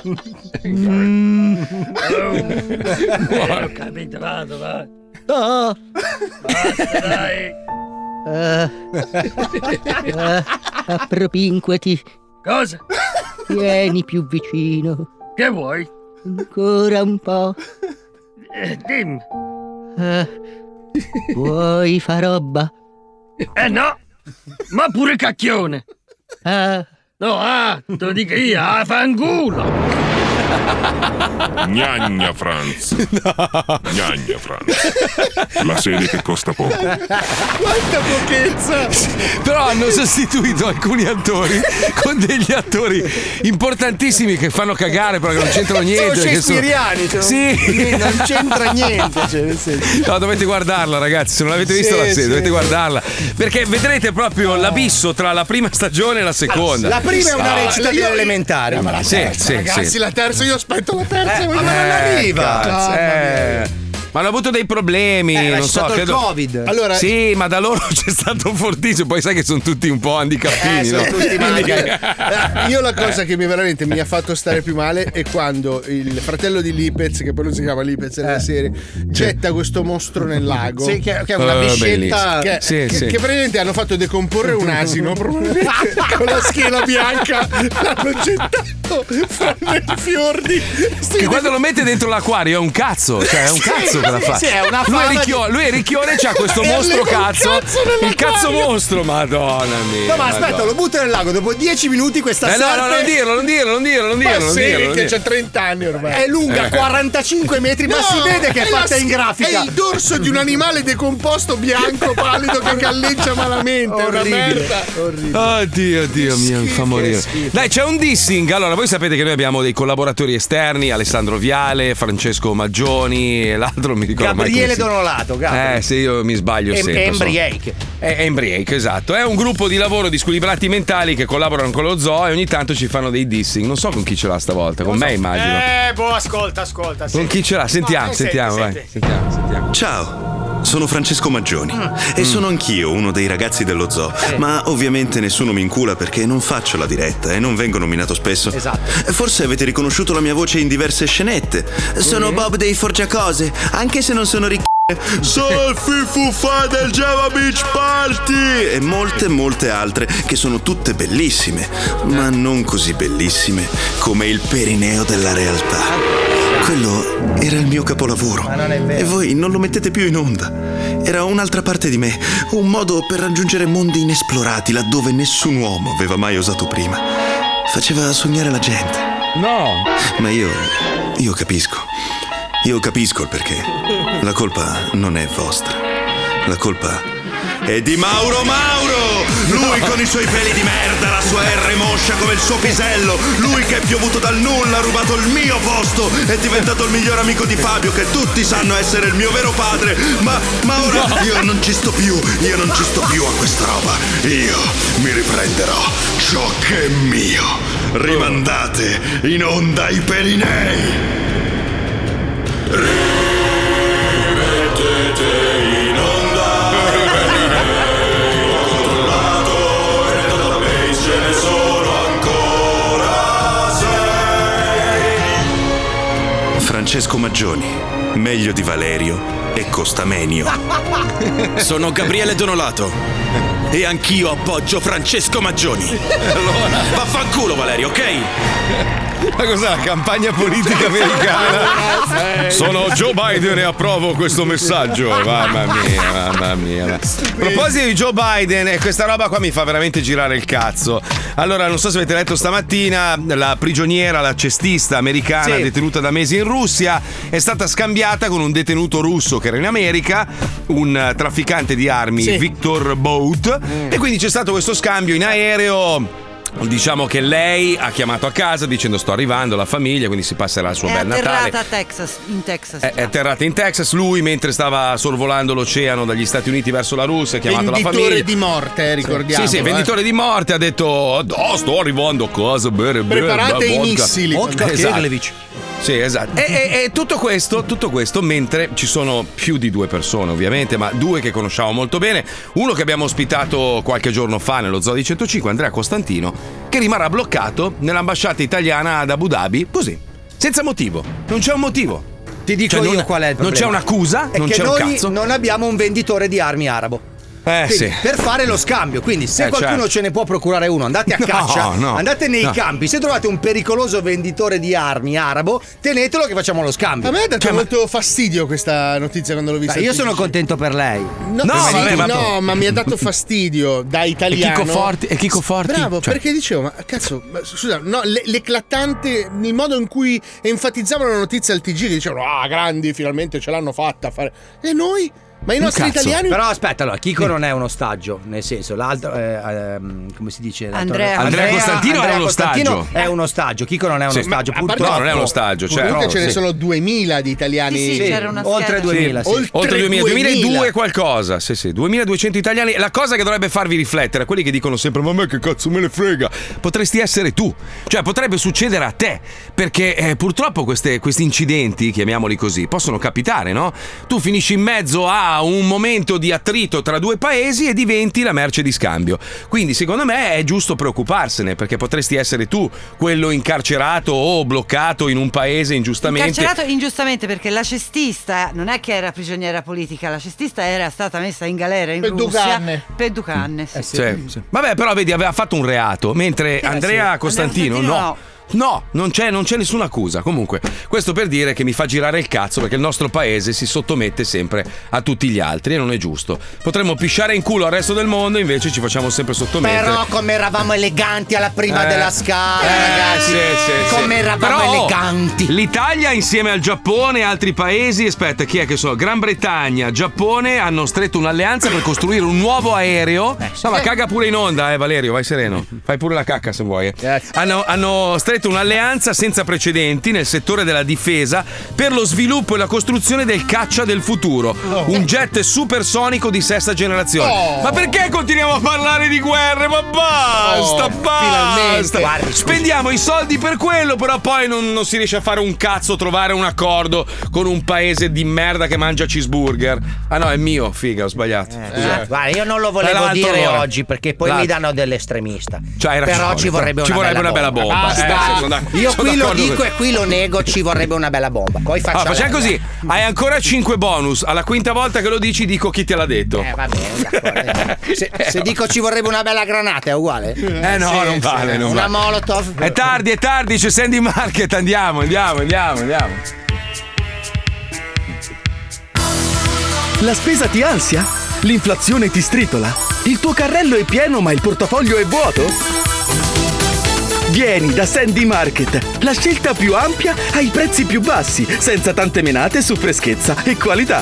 Mm. Oh. Eh, ho capito, vado, vai. Oh. Basta, dai. Uh, uh, appropinquati. Cosa? Vieni più vicino. Che vuoi? Ancora un po'. Eh, dimmi. Uh, vuoi fa roba? Eh no! Ma pure cacchione! Ah. No, ah, te lo dico io, ah, fanculo! Gnagna Franz. Gnagna Franz. La serie che costa poco. Quanta pochezza! Però hanno sostituito alcuni attori con degli attori importantissimi che fanno cagare però che non c'entrano niente. Sono shakespeariani, sono... cioè, sì. non c'entra niente. Cioè, nel senso. No, dovete guardarla, ragazzi. Se non l'avete vista Sì, la serie, sì. dovete guardarla. Perché vedrete proprio l'abisso tra la prima stagione e la seconda. La prima è una Ah, recita di elementare. Ma la Sì, terza, sì, ragazzi, sì. la terza, io aspetto la terza, Eh, ma ma non non arriva. cazzo, Mamma eh. mia. Ma hanno avuto dei problemi, Eh, non c'è so, stato credo. il Covid. Allora, Sì, ma da loro c'è stato fortissimo. Poi sai che sono tutti un po' handicappini, Eh, sono no? tutti Quindi- mali. Eh, io la cosa che mi veramente mi ha fatto stare più male è quando il fratello di Lipez, che poi non si chiama Lipez nella Eh. serie, getta questo mostro nel lago. Sì, che, che è una Oh, biscetta. Che, Sì, che, sì. che praticamente hanno fatto decomporre un asino probabilmente con la schiena bianca, l'hanno gettato fra i fiordi. Che quando lo mette dentro l'acquario è un cazzo, cioè è un Sì, cazzo che la sì, fa. sì, è una lui, è fava ricchio- di- lui è ricchione e c'ha questo E mostro alleva un cazzo. cazzo nell'acquario. Il cazzo mostro, madonna mia. No, ma aspetta, madonna. lo butta nel lago. Dopo dieci minuti questa Eh no, serpe no, non dirlo, non dirlo, non dirlo, non Ma dirlo, non sì, dirlo. non che dirlo. c'ha trenta anni ormai. è lunga quarantacinque metri, ma No, si vede che è la fatta in sch- grafica. È il dorso di un animale decomposto bianco pallido che galleggia malamente. È una Orribile, merda. orribile. Oddio, Dio mio, mi fa morire. Dai, c'è un dissing. Allora, voi sapete che noi abbiamo dei collaboratori esterni: Alessandro Viale, Francesco Maggioni e l'altro non mi ricordo mai come Gabriele si- Donolato, Gabriele. Eh, se io mi sbaglio Em- sempre. so. Embriake. È Embriake, esatto. È un gruppo di lavoro di squilibrati mentali che collaborano con lo zoo e ogni tanto ci fanno dei dissing. Non so con chi ce l'ha stavolta, con me immagino. Eh, boh, ascolta, ascolta. Con sì. chi ce l'ha? Sentiamo, No, eh, sentiamo, senti, vai. senti. Sentiamo, sentiamo. Ciao, sono Francesco Maggioni e sono anch'io uno dei ragazzi dello zoo, ma ovviamente nessuno mi incula perché non faccio la diretta e non vengo nominato spesso. Esatto. Forse avete riconosciuto la mia voce in diverse scenette. Sono Bob dei Forgiacose, anche se non sono ricchi. Sono il Fifufa del Java Beach Party e molte molte altre che sono tutte bellissime, ma non così bellissime come il perineo della realtà. Quello era il mio capolavoro Ma non è vero. e voi non lo mettete più in onda. Era un'altra parte di me, un modo per raggiungere mondi inesplorati laddove nessun uomo aveva mai osato prima. Faceva sognare la gente. No! Ma io, io capisco. Io capisco il perché. La colpa non è vostra. La colpa è di Mauro Mauro! Lui con i suoi peli di merda, la sua R moscia come il suo pisello, lui che è piovuto dal nulla, ha rubato il mio posto, è diventato il miglior amico di Fabio, che tutti sanno essere il mio vero padre, ma, ma ora io non ci sto più, io non ci sto più a questa roba, io mi riprenderò ciò che è mio. Rimandate in onda i Perinei! Rimettete in onda i Perinei, ho controllato e nel database ce ne sono ancora sei. Francesco Maggioni, meglio di Valerio e Costamenio. Sono Gabriele Donolato e anch'io appoggio Francesco Maggioni. Allora, vaffanculo Valerio, ok? Ma cos'è la campagna politica americana? Sono Joe Biden e approvo questo messaggio. Mamma mia, mamma mia. A proposito di Joe Biden, e questa roba qua mi fa veramente girare il cazzo. Allora, non so se avete letto stamattina, la prigioniera, la cestista americana Sì. detenuta da mesi in Russia è stata scambiata con un detenuto russo che era in America, un trafficante di armi, Sì. Victor Bout, mm. e quindi c'è stato questo scambio in aereo. Diciamo che lei ha chiamato a casa dicendo sto arrivando, la famiglia, quindi si passerà il suo È bel Natale. atterrata a Texas, in Texas. È, è atterrata in Texas. Lui, mentre stava sorvolando l'oceano dagli Stati Uniti verso la Russia, ha chiamato la famiglia. Venditore di morte, ricordiamo. Sì, sì, venditore di morte, ha detto oh, sto arrivando a casa, bere, bere, Preparate i vodka. missili. Vodka Esatto. Keglevich. Sì, esatto. E, e- e tutto questo, tutto questo mentre ci sono più di due persone, ovviamente, ma due che conosciamo molto bene. Uno che abbiamo ospitato qualche giorno fa nello Zoo di centocinque, Andrea Costantino, che rimarrà bloccato nell'ambasciata italiana ad Abu Dhabi, così, senza motivo. Non c'è un motivo. Ti dico Cioè, io non- qual è il non problema. c'è un'accusa, È non che c'è un noi cazzo. non abbiamo un venditore di armi arabo. Eh, Quindi, sì. per fare lo scambio, quindi se Eh, qualcuno certo. ce ne può procurare uno, andate a No, caccia, no, andate nei no. campi, se trovate un pericoloso venditore di armi arabo, tenetelo che facciamo lo scambio. A me ha dato Cioè, ma- molto fastidio questa notizia quando l'ho vista. Dai, io al sono T G. contento per lei. No, No, sì, vabbè, ma- no, ma mi ha dato fastidio da italiano. E Chico Forti, e Chico Forti. Bravo, Cioè- perché dicevo, ma cazzo, ma, scusa, no, le- l'eclatante, il modo in cui enfatizzavano la notizia al T G, che dicevano, ah, grandi, finalmente ce l'hanno fatta a fare. E noi? Ma i Un nostri cazzo. italiani? Però aspetta, allora, Chico non è un ostaggio, nel senso, l'altro, eh, ehm, come si dice? l'altro- Andrea. Andrea Costantino Andrea è uno Costantino ostaggio. È uno ostaggio, Chico non è uno Sì, ostaggio, ma a parte- purtroppo. No, non è uno ostaggio, certo. Comunque ce ne Sì. sono duemila di italiani. Sì, sì, c'era una oltre scheda. duemila, sì. Oltre Oltre duemila, duemila. duemiladue e qualcosa, sì sì, duemiladuecento italiani. La cosa che dovrebbe farvi riflettere, quelli che dicono sempre ma a me che cazzo me ne frega, potresti essere tu, cioè potrebbe succedere a te, perché eh, purtroppo queste- questi incidenti, chiamiamoli così, possono capitare, no? Tu finisci in mezzo a un momento di attrito tra due paesi e diventi la merce di scambio, quindi secondo me è giusto preoccuparsene, perché potresti essere tu quello incarcerato o bloccato in un paese ingiustamente. Incarcerato ingiustamente perché la cestista non è che era prigioniera politica, la cestista era stata messa in galera in Per Russia Ducanne. per Ducanne. Sì. Sì, sì. Vabbè, però vedi, aveva fatto un reato, mentre Andrea sì. Costantino, Andrea Costantino no. No, non c'è, non c'è nessuna accusa. Comunque, questo per dire che mi fa girare il cazzo perché il nostro paese si sottomette sempre a tutti gli altri e non è giusto. Potremmo pisciare in culo al resto del mondo, invece ci facciamo sempre sottomettere. Però come eravamo eleganti alla prima Eh. della scala, Eh, ragazzi. sì, sì, come sì. eravamo Però, oh, eleganti. L'Italia insieme al Giappone e altri paesi, aspetta, chi è che so? Gran Bretagna, Giappone hanno stretto un'alleanza per costruire un nuovo aereo. No, ma caga pure in onda, eh, Valerio, vai sereno. Fai pure la cacca se vuoi. eh. Hanno, hanno stretto un'alleanza senza precedenti nel settore della difesa per lo sviluppo e la costruzione del caccia del futuro, un jet supersonico di sesta generazione. Oh. Ma perché continuiamo a parlare di guerre? Ma basta, Oh, basta. finalmente. Guardi, Spendiamo i soldi per quello, però poi non, non si riesce a fare un cazzo, trovare un accordo con un paese di merda che mangia cheeseburger. Ah no, è mio, figa, ho sbagliato. Scusa. Eh, guarda, io non lo Dai, volevo l'altro dire ora. oggi perché poi L'altro. mi danno dell'estremista. C'hai ragione, Però ci vorrebbe ci una vorrebbe bella una bella bomba. Basta. Eh, sono d'ac- io sono qui lo d'accordo dico con- e qui lo nego, ci vorrebbe una bella bomba. Poi facciamo. Ah, facciamo così, hai ancora cinque bonus. Alla quinta volta che lo dici dico chi te l'ha detto. Eh, va bene, d'accordo. Se, se dico ci vorrebbe una bella granata è uguale? Eh no, non vale, non Una vale. Molotov. È tardi, è tardi, c'è Sandy Market, andiamo, andiamo, andiamo, andiamo. La spesa ti ansia? L'inflazione ti stritola? Il tuo carrello è pieno ma il portafoglio è vuoto? Vieni da Sandy Market, la scelta più ampia ai prezzi più bassi, senza tante menate su freschezza e qualità.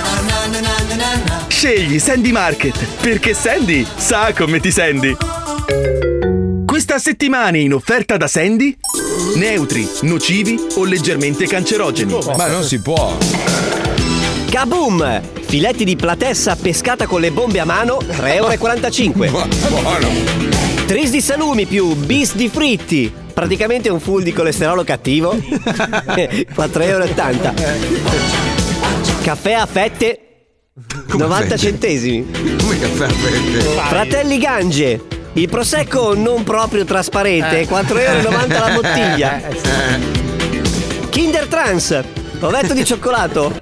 Scegli Sandy Market, perché Sandy sa come ti senti. Questa settimana in offerta da Sandy: neutri, nocivi o leggermente cancerogeni. Ma non si può. Kaboom! Filetti di platessa pescata con le bombe a mano, tre e quarantacinque euro. Buono. Tris di salumi più bis di fritti. Praticamente un full di colesterolo cattivo. quattro e ottanta euro. Caffè a fette. novanta centesimi. Come caffè a fette? Fratelli Gange. Il prosecco non proprio trasparente, quattro e novanta euro la bottiglia. Kinder Trans, ovetto di cioccolato.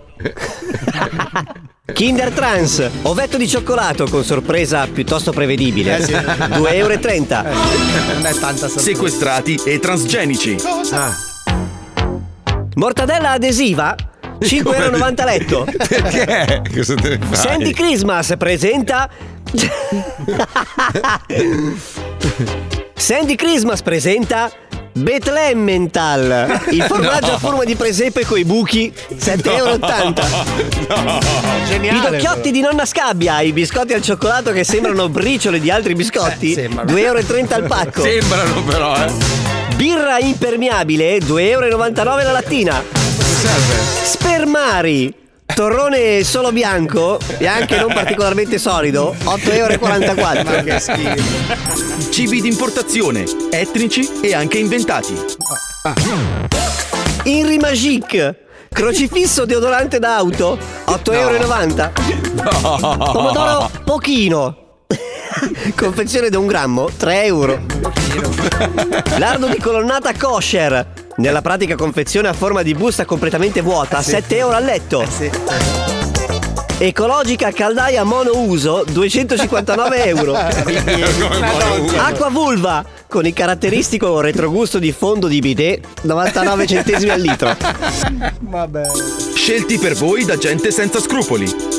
Kinder Trans, ovetto di cioccolato con sorpresa piuttosto prevedibile. Eh sì. due e trenta euro. Non è tanta sorpresa. Sequestrati e transgenici. Ah. Mortadella adesiva, cinque e novanta euro letto. Perché? Cosa te ne fai? Sandy Christmas presenta Sandy Christmas presenta Bethlehem-mental, il formaggio No. a forma di presepe coi buchi, sette e ottanta euro. No, I docchiotti di nonna Scabbia, i biscotti al cioccolato che sembrano briciole di altri biscotti, Eh, due e trenta euro al pacco. Sembrano però, eh. Birra impermeabile, due e novantanove euro la lattina. Spermari, torrone solo bianco e anche non particolarmente solido, otto e quarantaquattro euro. Ma che schifo. Cibi d'importazione, etnici e anche inventati. Inri Magique, crocifisso deodorante d'auto, otto e novanta euro. No. Pomodoro pochino, confezione da un grammo, tre euro. Lardo di colonnata kosher, nella pratica confezione a forma di busta completamente vuota, Eh sì. sette euro al letto. Ecologica caldaia monouso, duecentocinquantanove euro. Acqua vulva con il caratteristico retrogusto di fondo di bidet, novantanove centesimi al litro. Vabbè. Scelti per voi da gente senza scrupoli.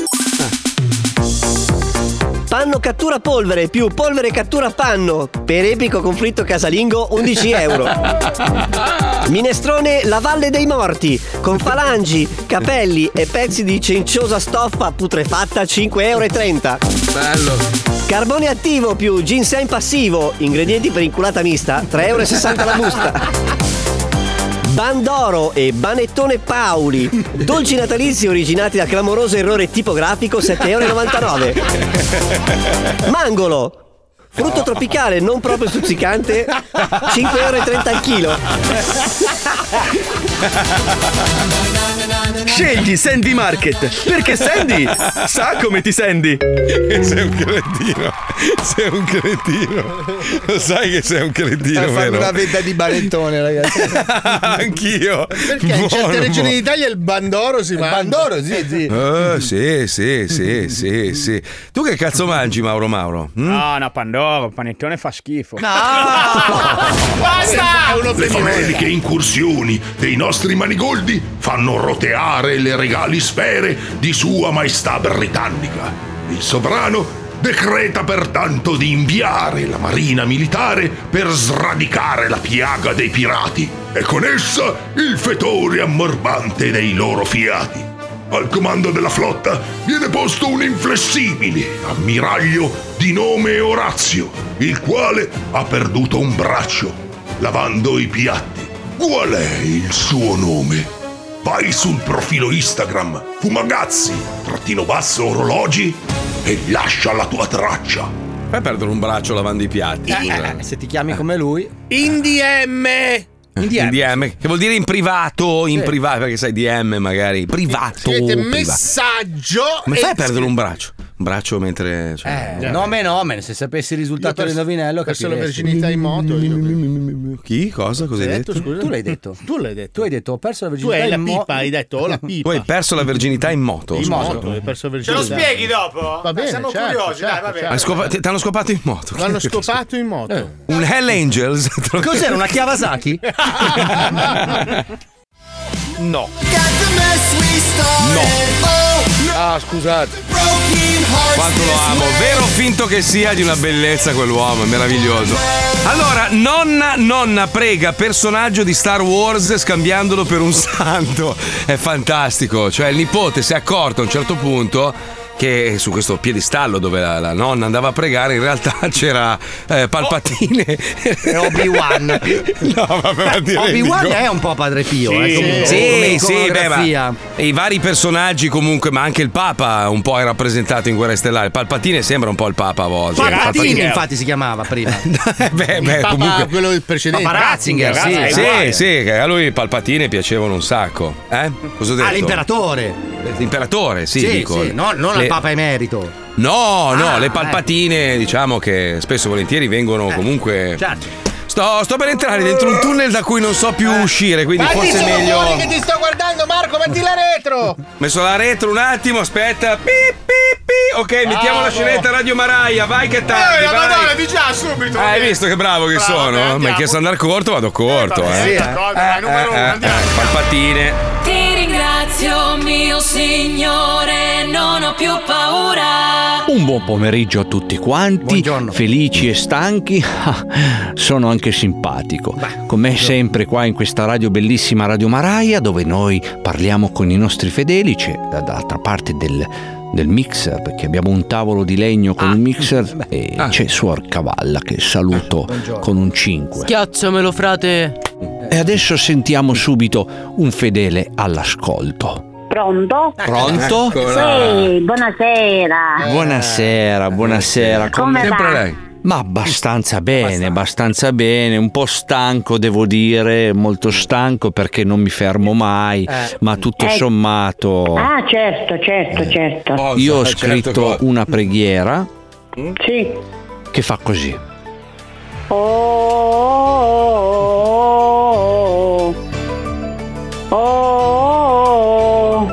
Panno cattura polvere più polvere cattura panno, per epico conflitto casalingo, undici euro. Minestrone La Valle dei Morti con falangi, capelli e pezzi di cenciosa stoffa putrefatta, cinque e trenta euro. Bello. Carbone attivo più ginseng passivo, ingredienti per inculata mista, tre e sessanta euro la busta. Bandoro e Banettone Pauli, dolci natalizi originati da clamoroso errore tipografico, sette e novantanove euro. Mangolo, frutto tropicale non proprio stuzzicante, cinque e trenta euro al chilo. Scegli Sandy Market, perché Sandy sa come ti senti. Sei un cretino. Sei un cretino. Lo sai che sei un cretino, Per farmi vero? una vetta di banettone, ragazzi. Anch'io. Perché in certe Buono, regioni buono. d'Italia il bandoro si mangia. Bandoro, sì, sì. Eh, sì, sì, sì, sì, sì. Tu che cazzo mangi, Mauro Mauro? Mm? No, no, Pandoro, panettone fa schifo. Basta! Le fameliche incursioni dei nostri manigoldi fanno roteare le regali sfere di Sua Maestà Britannica. Il sovrano decreta pertanto di inviare la marina militare per sradicare la piaga dei pirati e con essa il fetore ammorbante dei loro fiati. Al comando della flotta viene posto un inflessibile ammiraglio di nome Orazio, il quale ha perduto un braccio lavando i piatti. Qual è il suo nome? Vai sul profilo Instagram Fumagazzi trattino basso orologi e lascia la tua traccia. Fai perdere un braccio lavando i piatti. Eh, se ti chiami come lui. In D M. In D M. In D M, che vuol dire in privato, in Sì. privato, perché sai D M magari privato. Scrivete privato. messaggio. Come e fai a perdere un braccio? Un braccio mentre cioè, Eh, nome nome, se sapessi il risultato Io perso- dell'indovinello, perso la capiresti. virginità in moto. Io. Chi? Cosa? Cosa hai Hai detto? detto, scusa? Tu l'hai detto. Tu l'hai detto. Tu hai detto, ho perso la Tu virginità hai la in mo- pipa, hai detto ho la pipa. Tu hai perso la virginità in moto. In scusa. moto, hai perso la Ce lo virginità. spieghi dopo? Va bene, Siamo certo, curiosi, dai, certo, va bene. Hai scopa- ti ti hanno scopato in moto. L'hanno scopato in moto. Un Hell Angels. Cos'era, una Kawasaki? No. No. Ah, scusate. Quanto lo amo, vero o finto che sia, di una bellezza quell'uomo, è meraviglioso. Allora, nonna, nonna prega personaggio di Star Wars scambiandolo per un santo. È fantastico, cioè il nipote si è accorto a un certo punto che su questo piedistallo dove la, la nonna andava a pregare in realtà c'era eh, Palpatine e Obi-Wan. No, vabbè, beh, Obi-Wan è un po' Padre Pio, sì, eh, comunque, sì, come sì, beh, iconografia. ma i vari personaggi comunque, ma anche il Papa un po' è rappresentato in Guerre Stellari. Palpatine sembra un po' il Papa a volte. Palpatine infatti si chiamava prima. beh, beh, Papa, comunque quello del precedente. Papa Ratzinger, sì, sì, sì, sì, che a lui i Palpatine piacevano un sacco. Eh? Cosa ho detto? Ah, l'imperatore. L'imperatore, sì, sì, dico. sì, no, non Le... al Papa emerito. No, no, Ah, le Palpatine, eh. diciamo che spesso e volentieri vengono eh, comunque. Certo. Sto, sto per entrare dentro un tunnel da cui non so più Eh. uscire, quindi Fatti forse è solo meglio. fuori che ti sto guardando, Marco, metti la retro. Messo la retro un attimo, aspetta. Pip, pip, pip. Ok, mettiamo la scenetta Radio Maraia, vai che tardi. Eh, la vai. Madonna, di già subito. Ah, hai visto che bravo che Bravo, sono? beh, Ma andiamo. chiesto andare corto, vado corto, vabbè, eh. sì, d'accordo, vai, numero uno, andiamo. Palpatine. Ti ringrazio, mio Signore, non ho più paura. Un buon pomeriggio a tutti quanti, Buongiorno. felici e stanchi. Ah, sono anche simpatico. Come sempre qua in questa radio bellissima Radio Maraia, dove noi parliamo con i nostri fedeli, c'è dall'altra parte del, del mixer, perché abbiamo un tavolo di legno con un mixer e Ah. c'è Suor Cavalla che saluto con un cinque. Schiacciamelo, frate. E adesso sentiamo subito un fedele all'ascolto. Pronto? Pronto? Sì, buonasera. Buonasera, buonasera. Come Sempre va? lei. Ma abbastanza bene, abbastanza bene, un po' stanco devo dire, molto stanco perché non mi fermo mai, ma tutto Eh. sommato Ah, certo, certo, certo. io ho certo, scritto cosa. una preghiera Sì. che fa così. Oh, oh, oh, oh.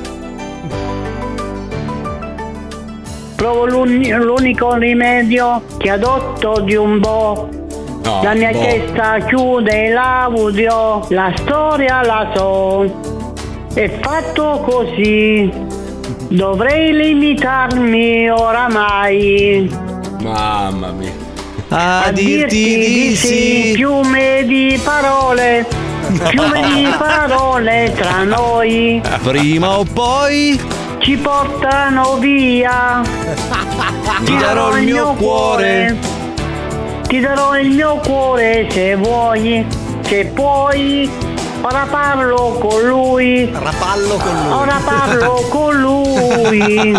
Provo l'uni- l'unico rimedio che adotto di un po'. No, La mia boh. testa chiude l'audio, la storia la so. È fatto così. Dovrei limitarmi oramai Mamma mia. A, a dirti di sì, fiume di parole, fiume di parole tra noi Prima o poi ci portano via. ti darò il mio cuore. Ti darò il mio cuore se vuoi, se puoi. Ora parlo con lui. Ora parlo con lui. Ora parlo con lui.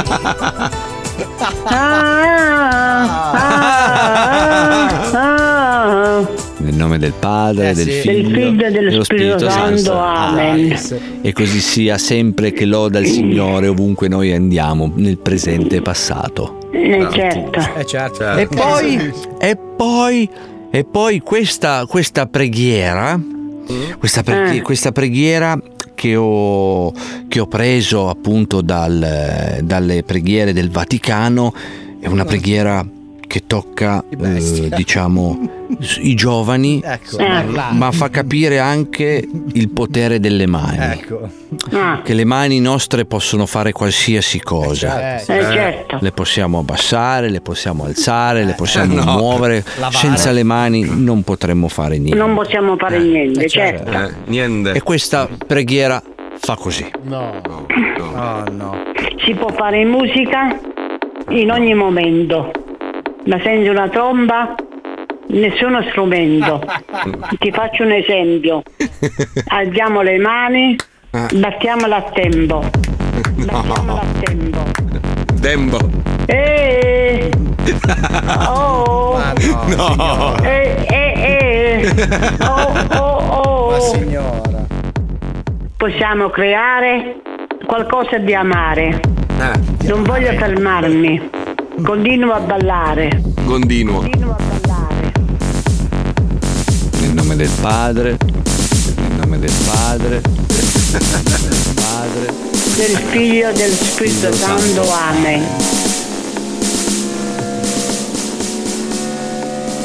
Ah, ah, ah. Nel nome del Padre, Eh, del, sì. Figlio, Del Figlio e dello Spirito Santo. Amen. E così sia sempre che loda il Signore ovunque noi andiamo, nel presente e passato. Eh, certo. Eh certo. E poi, e poi, e poi questa, questa preghiera, questa, preghi- Eh. questa preghiera che ho, che ho preso appunto dal- dalle preghiere del Vaticano, è una preghiera che tocca, eh, diciamo, i giovani, Ecco. Eh. ma fa capire anche il potere delle mani. Ecco. Ah, Che le mani nostre possono fare qualsiasi cosa. eh, certo. Le possiamo abbassare, le possiamo alzare, le possiamo no. muovere. Lavare. Senza le mani non potremmo fare niente. Non possiamo fare niente, certo. Eh, niente. E questa preghiera fa così. No. Oh no. Si può fare musica in ogni momento, ma senza una tromba nessuno strumento. Ti faccio un esempio. Alziamo le mani, battiamola a tempo. Battiamola a tempo. Dembo. Eh, oh, Ma no. No. eh, eh, eh. Oh, oh, Ma oh. signora. Possiamo creare qualcosa di amare. Eh, Non voglio fermarmi. Continuo a ballare. Continuo. Continuo a ballare. Nel nome del Padre, nel nome del Padre, nel nome del Padre. Del Figlio e dello Spirito Santo. Amen.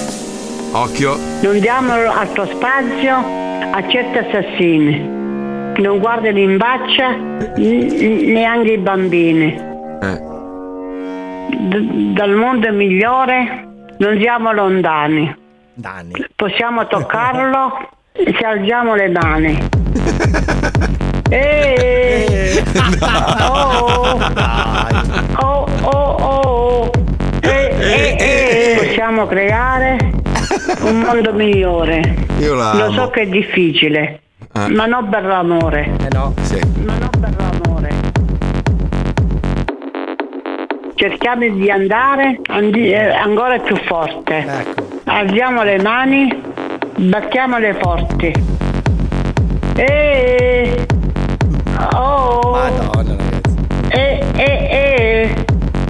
Occhio. Non diamo altro spazio a certi assassini. non guardano in faccia n- neanche i bambini. Eh. D- dal mondo migliore non siamo lontani. Danni. Possiamo toccarlo se alziamo le mani. Eh, oh, oh, oh, oh. Eh, eh, eh. Possiamo creare un mondo migliore. Io la Lo amo. so che è difficile, Ah. ma non per l'amore. Eh no. Sì. Ma non per l'amore. Cerchiamo di andare andi- eh, ancora più forte. Alziamo le mani, battiamole forti. E oh, Madonna, ragazzi. e e e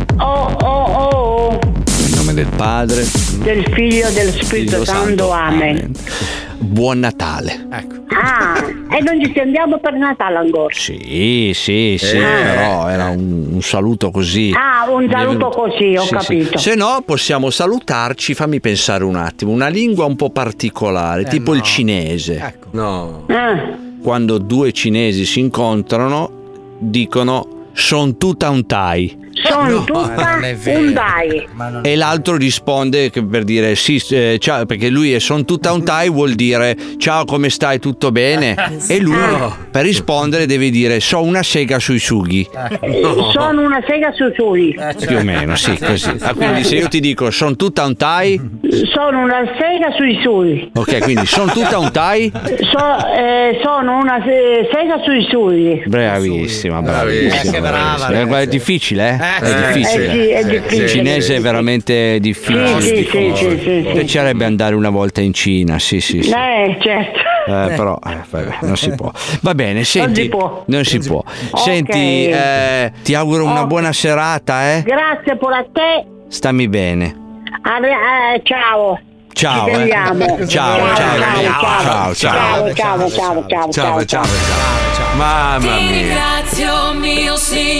oh oh oh, In nome del Padre, del Figlio e del Spirito Santo, amen. buon Natale. Ecco. Ah, e non ci sentiamo per Natale ancora. Sì, sì, sì, Eh. però era un, un saluto così. Ah, un saluto così, ho Sì, capito. sì. Se no, possiamo salutarci, fammi pensare un attimo, una lingua un po' particolare, Eh, tipo no. il cinese. Ecco. No. Ah, Quando due cinesi si incontrano, dicono son tutta un tai. sono No, tutta non è vero. un dai. Ma non... E l'altro risponde che per dire sì, eh, ciao, perché lui è son tutta un tai vuol dire ciao, come stai, tutto bene? E lui per rispondere deve dire so una sega sui sughi. Sono una sega su sui. Più o meno, sì, così. Ah, quindi se io ti dico son tutta un tai, Sono una sega sui sui. ok, quindi son tutta un tai, So- eh, sono una se- sega sui sui. bravissima, Eh, bravissima. che brava, bravissima. ragazzi. È difficile, eh? È Eh, difficile. eh sì, è difficile. Il cinese è veramente difficile. Sì, sì, sì, sì, sì, Mi piacerebbe andare una volta in Cina, sì, sì, sì. Eh, certo. Eh, però eh, vabbè, non si può. Va bene, senti. si può. Non si può. Ok. Senti, eh, ti auguro una Ok. buona serata, eh? Grazie pure a te. Stammi bene. Arre- eh, ciao. Ciao, Ci eh. vediamo. Ciao, ciao, ciao, ciao, ciao. ciao, ciao, ciao, ciao, Ciao, ciao, ciao. Mamma Ti mia. ringrazio, mio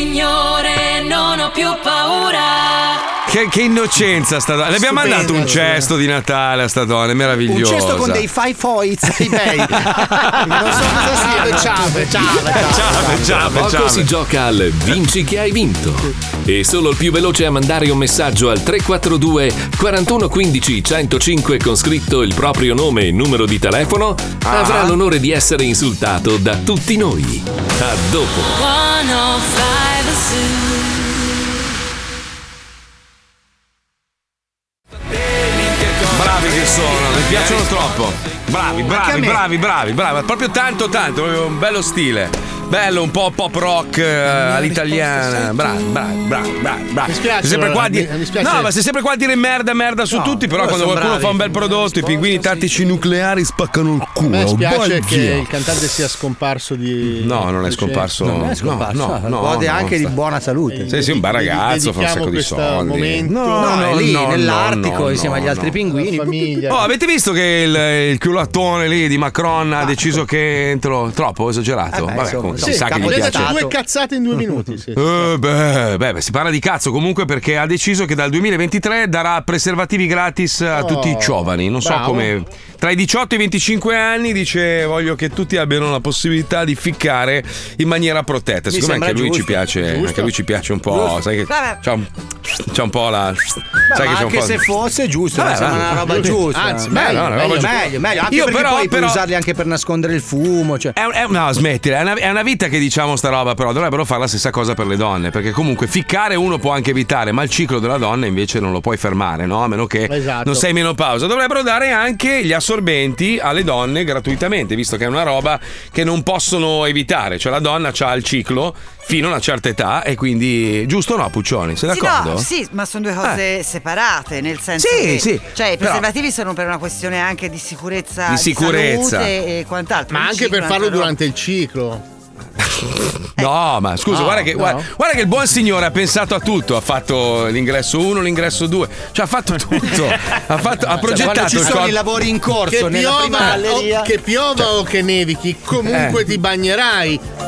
Signore, non ho più paura. Che, che innocenza sta donna. Le abbiamo Stupenda, mandato un stupenda. cesto di Natale a sta donna, è Un meravigliosa. cesto con dei five foils eBay. Non so cosa sia. Ciao, ciao, ciao. Ciao, ciao, Poco ciao. si gioca al vinci che hai vinto. E solo il più veloce a mandare un messaggio al tre quattro due quarantuno quindici centocinque con scritto il proprio nome e numero di telefono Ah. avrà l'onore di essere insultato da tutti noi. A dopo. centocinque Zoo. Bravi che sono, mi piacciono troppo. Bravi, bravi, bravi, bravi, bravi. Proprio tanto, tanto, proprio un bello stile. Bello, un po' pop rock eh, all'italiana. Bravi, bravi, bravi, bravi, bravi. Mi spiace, Sei sempre qua a allora, dire- mi- mi spiace. No, ma sei sempre qua a dire merda, merda su No, tutti, però loro quando sono qualcuno bravi. fa un bel prodotto, i pinguini tattici nucleari spaccano il A culo. me spiace Vai che via. il cantante sia scomparso di. No, non è scomparso. Non è scomparso, No, no, no, gode no, anche sta- di buona salute. Sì, sì, un bel ragazzo, fa un dedichiamo sacco di questo soldi. momento- No, è lì no, nell'Artico no, insieme no, agli altri no. pinguini. Famiglia. Oh, avete visto che il, il culattone lì di Macron ha deciso che entro troppo esagerato? Eh beh, Vabbè, insomma, comunque, sì, si sa che gli Gli ha piace. detto due cazzate in due minuti. Sì. Eh, beh, beh, beh, si parla di cazzo comunque perché ha deciso che dal duemilaventitré darà preservativi gratis a tutti i Oh, giovani. Non so bravo. come. Tra i diciotto e i venticinque anni dice voglio che tutti abbiano la possibilità di ficcare in maniera protetta. Siccome sembra anche a lui ci giusto, piace, giusto. anche a lui ci piace un po', Giusto. sai che Vabbè. c'ha un, c'ha un po' la. Beh, sai ma che c'è un anche po'. se fosse giusto, Vabbè, mi sembra vabbè. una roba giusta. Anzi, Beh, meglio, no, una roba meglio, giusta. meglio, meglio. Anche Io perché però- poi puoi però- usarli anche per nascondere il fumo. Cioè. È un- è- no, smettila, è una, è una vita che diciamo sta roba, però dovrebbero fare la stessa cosa per le donne, perché comunque ficcare uno può anche evitare, ma il ciclo della donna invece non lo puoi fermare, no? A meno che Esatto. non sei in menopausa. Dovrebbero dare anche gli assorbenti alle donne gratuitamente, visto che è una roba che non possono evitare, cioè la donna ha il ciclo fino a una certa età e quindi giusto o no, Puccioni? Sei Sì, d'accordo? no, sì, ma sono due cose separate, nel senso Sì, che sì, cioè i però- preservativi sono per una questione anche di sicurezza, Di sicurezza. salute e quant'altro. Ma Il anche ciclo per è farlo un'altra durante il ciclo. No, ma scusa, No, guarda, che, no. guarda, guarda che il buon signore ha pensato a tutto. Ha fatto l'ingresso uno, l'ingresso due, cioè ha fatto tutto. ha, fatto, ha Cioè, progettato quando ci il sono cor- i lavori in corso Che nella prima piova, galleria. o, che piova o che nevichi, comunque Eh. ti bagnerai.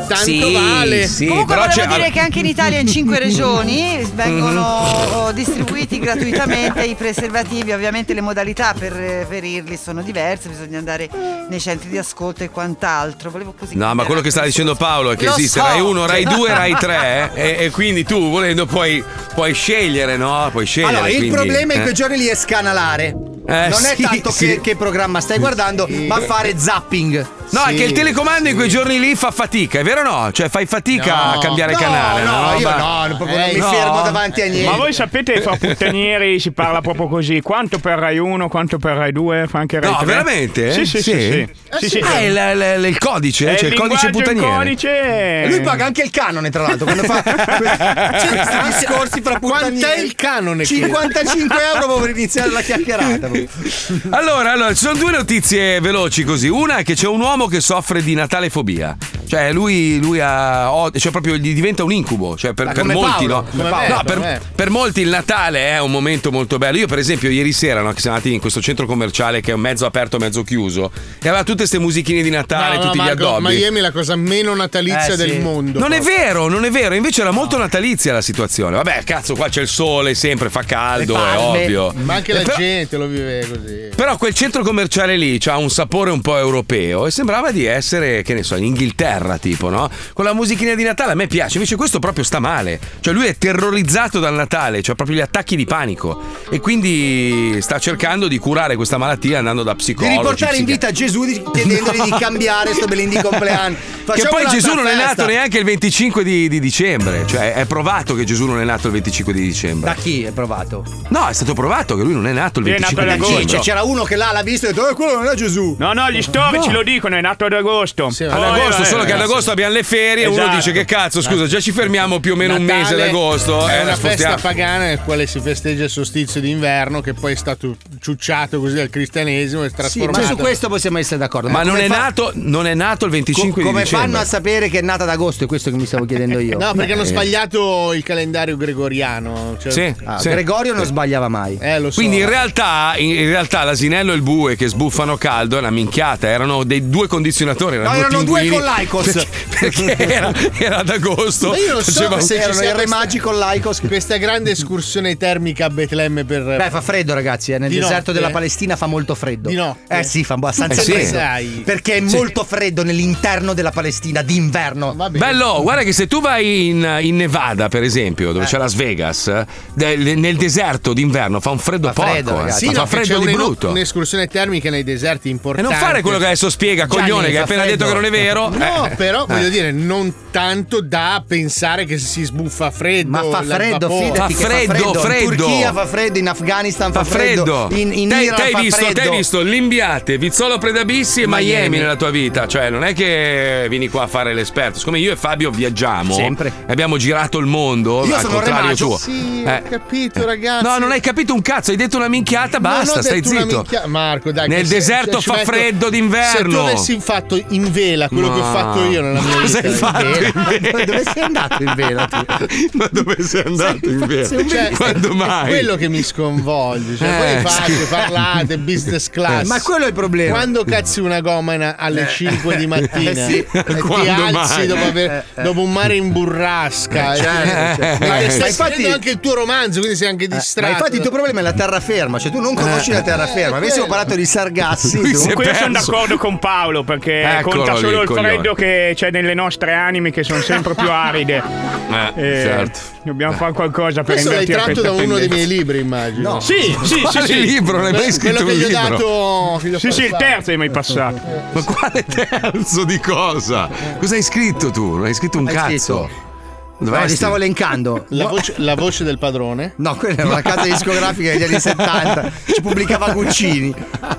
tanto Sì, vale. sì, Comunque però volevo c'è- dire che anche in Italia in cinque regioni vengono oh, distribuiti gratuitamente i preservativi. Ovviamente le modalità per reperirli sono diverse, bisogna andare nei centri di ascolto e quant'altro. Volevo così. No, ma quello che sta dicendo Paolo è che Lo esiste so. Rai uno, Rai due, Rai tre eh, e, e quindi tu volendo puoi, puoi scegliere, no? Puoi scegliere. Allora, il quindi, problema in eh. quei giorni lì è scanalare. Eh, non è sì, tanto sì. che, che programma stai guardando, ma fare zapping. No, è che il telecomando in quei giorni lì fa fatica, è vero o no? Cioè fai fatica No. a cambiare No, canale. no, una io roba- no, proprio non Eh, mi no. fermo davanti a niente. Ma voi sapete, fra puttanieri si parla proprio così, quanto per Rai uno, quanto per Rai due, fa anche Rai No, tre. veramente? Sì, sì, sì. sì. Sì, sì. Ah, è il, il- il codice, È cioè il il codice linguaggio, il puttaniere. codice. E lui paga anche il canone, tra l'altro, quando fa questi discorsi fra puttanieri. Quant'è il canone? cinquantacinque euro per iniziare la chiacchierata. Allora, allora, ci sono due notizie veloci così. Una è che c'è un uomo che soffre di natalefobia. Cioè, lui, lui ha. oh, cioè, proprio gli diventa un incubo. Cioè, per, Ma per come molti, Paolo, no? come Paolo, No, come me. per, per molti il Natale è un momento molto bello. Io, per esempio, ieri sera, no, che siamo andati in questo centro commerciale che è mezzo aperto, mezzo chiuso, e aveva tutte queste musichine di Natale, No, no, tutti Marco, gli addobbi. Miami è la cosa meno natalizia Eh, del sì. mondo. Non è proprio. vero, non è vero. Invece era molto natalizia la situazione. Vabbè, cazzo, qua c'è il sole sempre, fa caldo, è ovvio. Ma anche Eh, la però- gente lo vive così. Però quel centro commerciale lì ha un sapore un po' europeo e sembrava di essere, che ne so, in Inghilterra, tipo, no? Con la musichina di Natale a me piace, invece questo proprio sta male. Cioè lui è terrorizzato dal Natale, cioè proprio gli attacchi di panico e quindi sta cercando di curare questa malattia andando da Di psicologi. riportare in vita Gesù di- chiedendogli di cambiare sto bellin di compleanno. Che Facciamo poi un'altra Gesù non è festa. nato neanche il venticinque di, di dicembre, cioè è provato che Gesù non è nato il venticinque di dicembre. Da chi è provato? No, è stato provato che lui non è nato il Lui è venticinque nato di ad dicembre. agosto. Cioè, c'era uno che là l'ha visto e ha detto: eh, quello non è Gesù. No, no, gli storici No. lo dicono, è nato ad agosto. Ad agosto, solo che ad agosto abbiamo le ferie e uno Esatto. dice che cazzo, scusa, già ci fermiamo più o meno un mese ad Natale agosto. è eh, una la festa spostiamo. pagana nel quale si festeggia il solstizio d'inverno, che poi è stato ciucciato così dal cristianesimo e Sì, trasformato. ma su questo possiamo essere d'accordo. Ma non come è, fa- nato, non è nato il venticinque co- come di dicembre. fanno a sapere che è nata ad agosto? È questo che mi stavo chiedendo io. No, perché hanno Eh. sbagliato il calendario gregoriano. Cioè- Sì, Ah, sì. Gregorio non sbagliava mai. Eh, lo so. Quindi in realtà, in realtà l'asinello e il bue che sbuffano caldo è una minchiata, erano dei due condizionatori, erano, No, due, erano due pinguini. con l'Aicos. Perché era, era ad agosto. Ma io non so faceva- se ci erano sia i re questa- magi con l'Aicos. Questa grande escursione termica a Betlemme per. Beh, fa freddo, ragazzi. eh, Nel Di deserto notte? della Palestina fa molto freddo. Di notte? Eh sì, fa abbastanza Eh sì. freddo. Sai. Perché è Sì. molto freddo nell'interno della Palestina d'inverno. Va bene. Bello, guarda che se tu vai in, in Nevada, per esempio, dove c'è Las Vegas, del- nel deserto d'inverno fa un freddo Fa porco. freddo, eh. ragazzi. Sì, fa no, che freddo c'è di un'eno- brutto. un'escursione termica nei deserti E importante. non fare quello che adesso spiega, Gianni, coglione, che hai fa appena freddo. detto che non è vero. No, Eh. però Eh. voglio dire, non tanto da pensare che si sbuffa freddo. Ma fa la freddo, vapore. fidati Fa che freddo, fa freddo. freddo. In Turchia fa freddo, in Afghanistan fa, Fa freddo. in, in T'hai- Iran t'hai fa visto, freddo. t'hai visto Limbiate, Vizzolo Predabissi e Miami. Miami nella tua vita. Cioè, non è che vieni qua a fare l'esperto. Siccome io e Fabio viaggiamo, Sempre. e abbiamo girato il mondo. Io al sono contrario remaggio. tuo. Sì, Eh. ho capito, ragazzi. No, non hai capito un cazzo, hai detto una minchiata, Non basta, ho stai detto una zitto. minchia- Marco, dai, Nel che se- deserto cioè, ci fa metto- freddo d'inverno. Se tu avessi fatto in vela quello che ho Ma- fatto io nella mia Cosa vita, hai fatto in vela? Dove sei andato in vela tu? Ma dove sei andato in vela? Cioè, Quando è mai? quello che mi sconvolge. Cioè, Eh, voi fate, sì. parlate, business class. Ma quello è il problema. Quando cazzi una gomana alle cinque di mattina Eh, sì. e ti Quando alzi mai? dopo, aver- Eh, eh. dopo un mare in burrasca, Eh, certo, certo. Ma Eh, stai ma infatti- scrivendo anche il tuo romanzo, quindi sei anche Eh, Ma distratto. infatti il tuo problema è la terraferma, cioè tu non conosci la terraferma. Avessimo parlato di Sargassi. Lui tu- si è Comunque io sono perso. d'accordo con Paolo perché Eccolo conta lì, solo il coglione. freddo che c'è nelle nostre anime che sono sempre più aride. Eh, Eh, certo. Dobbiamo fare qualcosa per Questo l'hai invertire tratto da questa uno dei miei tendenza. libri, immagino. No. Sì, sì, sì, Quale sì. libro? Non hai mai scritto Quello un che gli ho libro? dato. che gli ho Sì, sì, il passato. terzo è mai passato. Ma quale terzo di cosa? Cosa hai scritto tu? Non hai scritto un Hai cazzo. scritto? Dove No, hai li stavo scritto? elencando. La No. voce, la voce del padrone. No, quella era una casa discografica degli anni settanta. Ci pubblicava Guccini.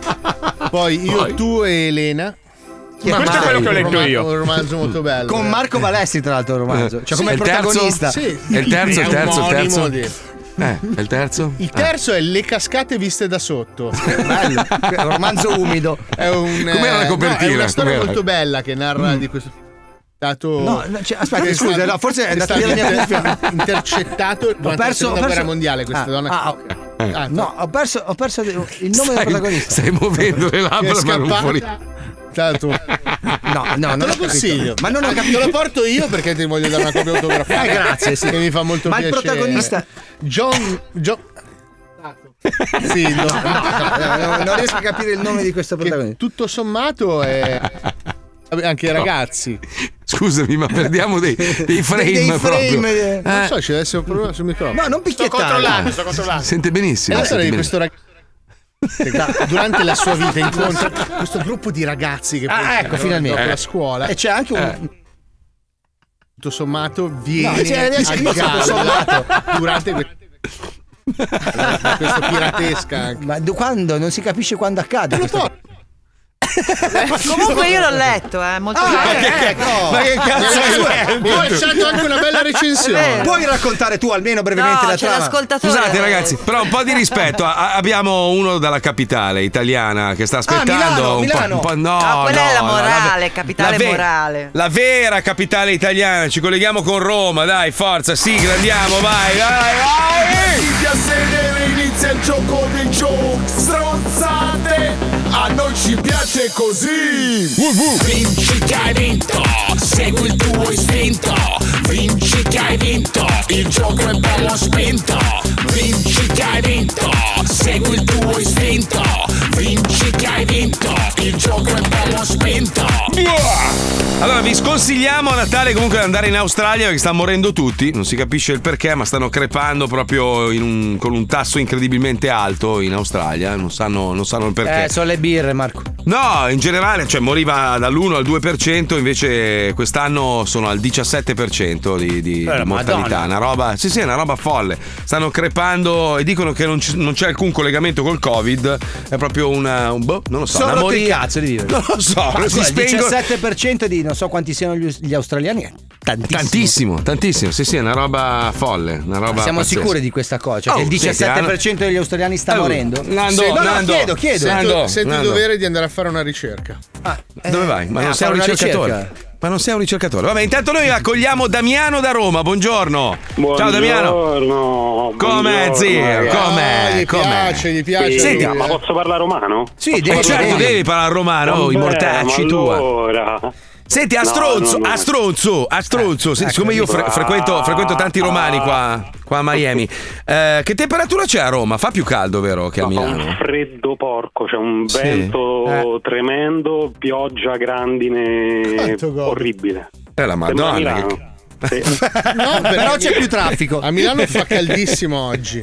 Poi io, Poi? tu e Elena. Ma questo è quello che ho letto Un io. romanzo molto bello. Con Marco Valestri, tra l'altro, il romanzo. Cioè, come Sì, il il terzo? protagonista. Sì, E il terzo, il è terzo, il omonimo terzo? di- Eh, e il terzo? Il terzo è Le cascate viste da sotto. Bello. Un romanzo umido. È un, Com'era la eh, copertina? no, è una storia Com'era? molto bella che narra di questo. Stato, No, no, cioè, aspetta, è scusa, stato- no, forse è andata stato via la mia inter- cuffia. intercettato durante la perso- seconda ho perso- guerra mondiale. Questa Ah, donna. ah, ok. Ah, No, ho perso, ho perso il nome del Stai, protagonista. stai muovendo le che è labbra, ma non fuori. scappata. Stato No, no, non te lo ho consiglio. capito. Ma non ho Ah, capito. Te lo porto io perché ti voglio dare una copia autografata. Eh, grazie, sì. Che mi fa molto Ma piacere. il protagonista John. John... Sì, no, no, non riesco a capire il nome di questo protagonista. Tutto sommato è. Vabbè, anche i ragazzi. Scusami, ma perdiamo dei, dei frame, Dei- dei frame, proprio. eh. Non so, ci deve essere un problema sul microfono. No, non Sto picchiettare. controllando, sto controllando. Sente benissimo. È la storia sente di questo ragazzo. Da- durante la sua vita incontra questo gruppo di ragazzi che Ah, poi ecco, finalmente. dopo Eh. la scuola E c'è anche un. Eh. tutto sommato viene No, c'è- a tutto galla sommato. durante que- questo piratesca anche. Ma do- quando? Non si capisce quando accade. questo- Comunque io l'ho letto, eh, molto Ah, bene. eh, ecco. Ma che cazzo è? Mi ha lasciato anche una bella È recensione. vero. Puoi raccontare tu almeno brevemente No, la c'è trama? l'ascoltatore. Scusate ragazzi, però un po' di rispetto. A- abbiamo uno dalla capitale italiana che sta aspettando. Milano, un, Milano. Po', un po'. No, Ah, quella no, è la no, morale, ve- capitale ve- morale. La vera capitale italiana. Ci colleghiamo con Roma, dai, forza, sigla, andiamo, vai, vai, vai. Mettiti a sedere, inizia il gioco dei joke. Stronzate, a noi ci piace così. Vinci che hai vinto, segui il tuo istinto. Vinci che hai vinto, il gioco è bello spinto. Vinci che hai vinto, segui il tuo istinto. Vinci che hai vinto, il gioco è bello spinto. Allora, vi sconsigliamo a Natale comunque di andare in Australia perché stanno morendo tutti. Non si capisce il perché, ma stanno crepando proprio in un- con un tasso incredibilmente alto in Australia. Non sanno, non sanno il perché. Eh, sono le birre, Marco. No, in generale, cioè moriva dall'uno al due per cento, invece quest'anno sono al diciassette per cento di, di, Eh, di mortalità. Madonna. Una roba, sì, sì, è una roba folle. Stanno crepando e dicono che non, ci- non c'è alcun collegamento col Covid. È proprio una. Un, boh, non lo so. Sono una rotto il moria- cazzo di vivere. Non lo so, Ma si scusa, il spengono. diciassette per cento di non so quanti siano gli, gli australiani. È tantissimo. Tantissimo, tantissimo. Sì, sì, è una roba folle. Una roba Ma siamo pazzesca. sicuri di questa cosa? Cioè Oh, che il senti, diciassette per cento degli australiani sta Oh, morendo? Nando, Sì, no, no, Nando, chiedo, chiedo. Sento, Nando, sento il Nando. dovere di andare a fare una ricerca. Dove vai? Ma eh, non a sei un fare una ricercatore. ricerca. Ma non sei un ricercatore. Vabbè, intanto noi accogliamo Damiano da Roma. Buongiorno. Ciao Damiano. Buongiorno. Com'è, buongiorno, zio? ragazzi. Com'è? gli Com'è? piace, gli piace. Senti, ma posso parlare romano? Sì, eh, devi, certo, devi. devi parlare romano, oh, i Vabbè, mortacci ma tua. allora. Senti, a No, stronzo, no, no. a stronzo, a stronzo. Sì, siccome io fre- frequento, frequento tanti romani qua, qua a Miami. Eh, che temperatura c'è a Roma? Fa più caldo, vero, che a Fa un Milano? freddo porco, c'è un Sì. vento Eh. tremendo, pioggia, grandine, Quanto gol. orribile. Eh, la Sembra Madonna. Milano. che- Sì. No, Però c'è più traffico. A Milano fa caldissimo oggi.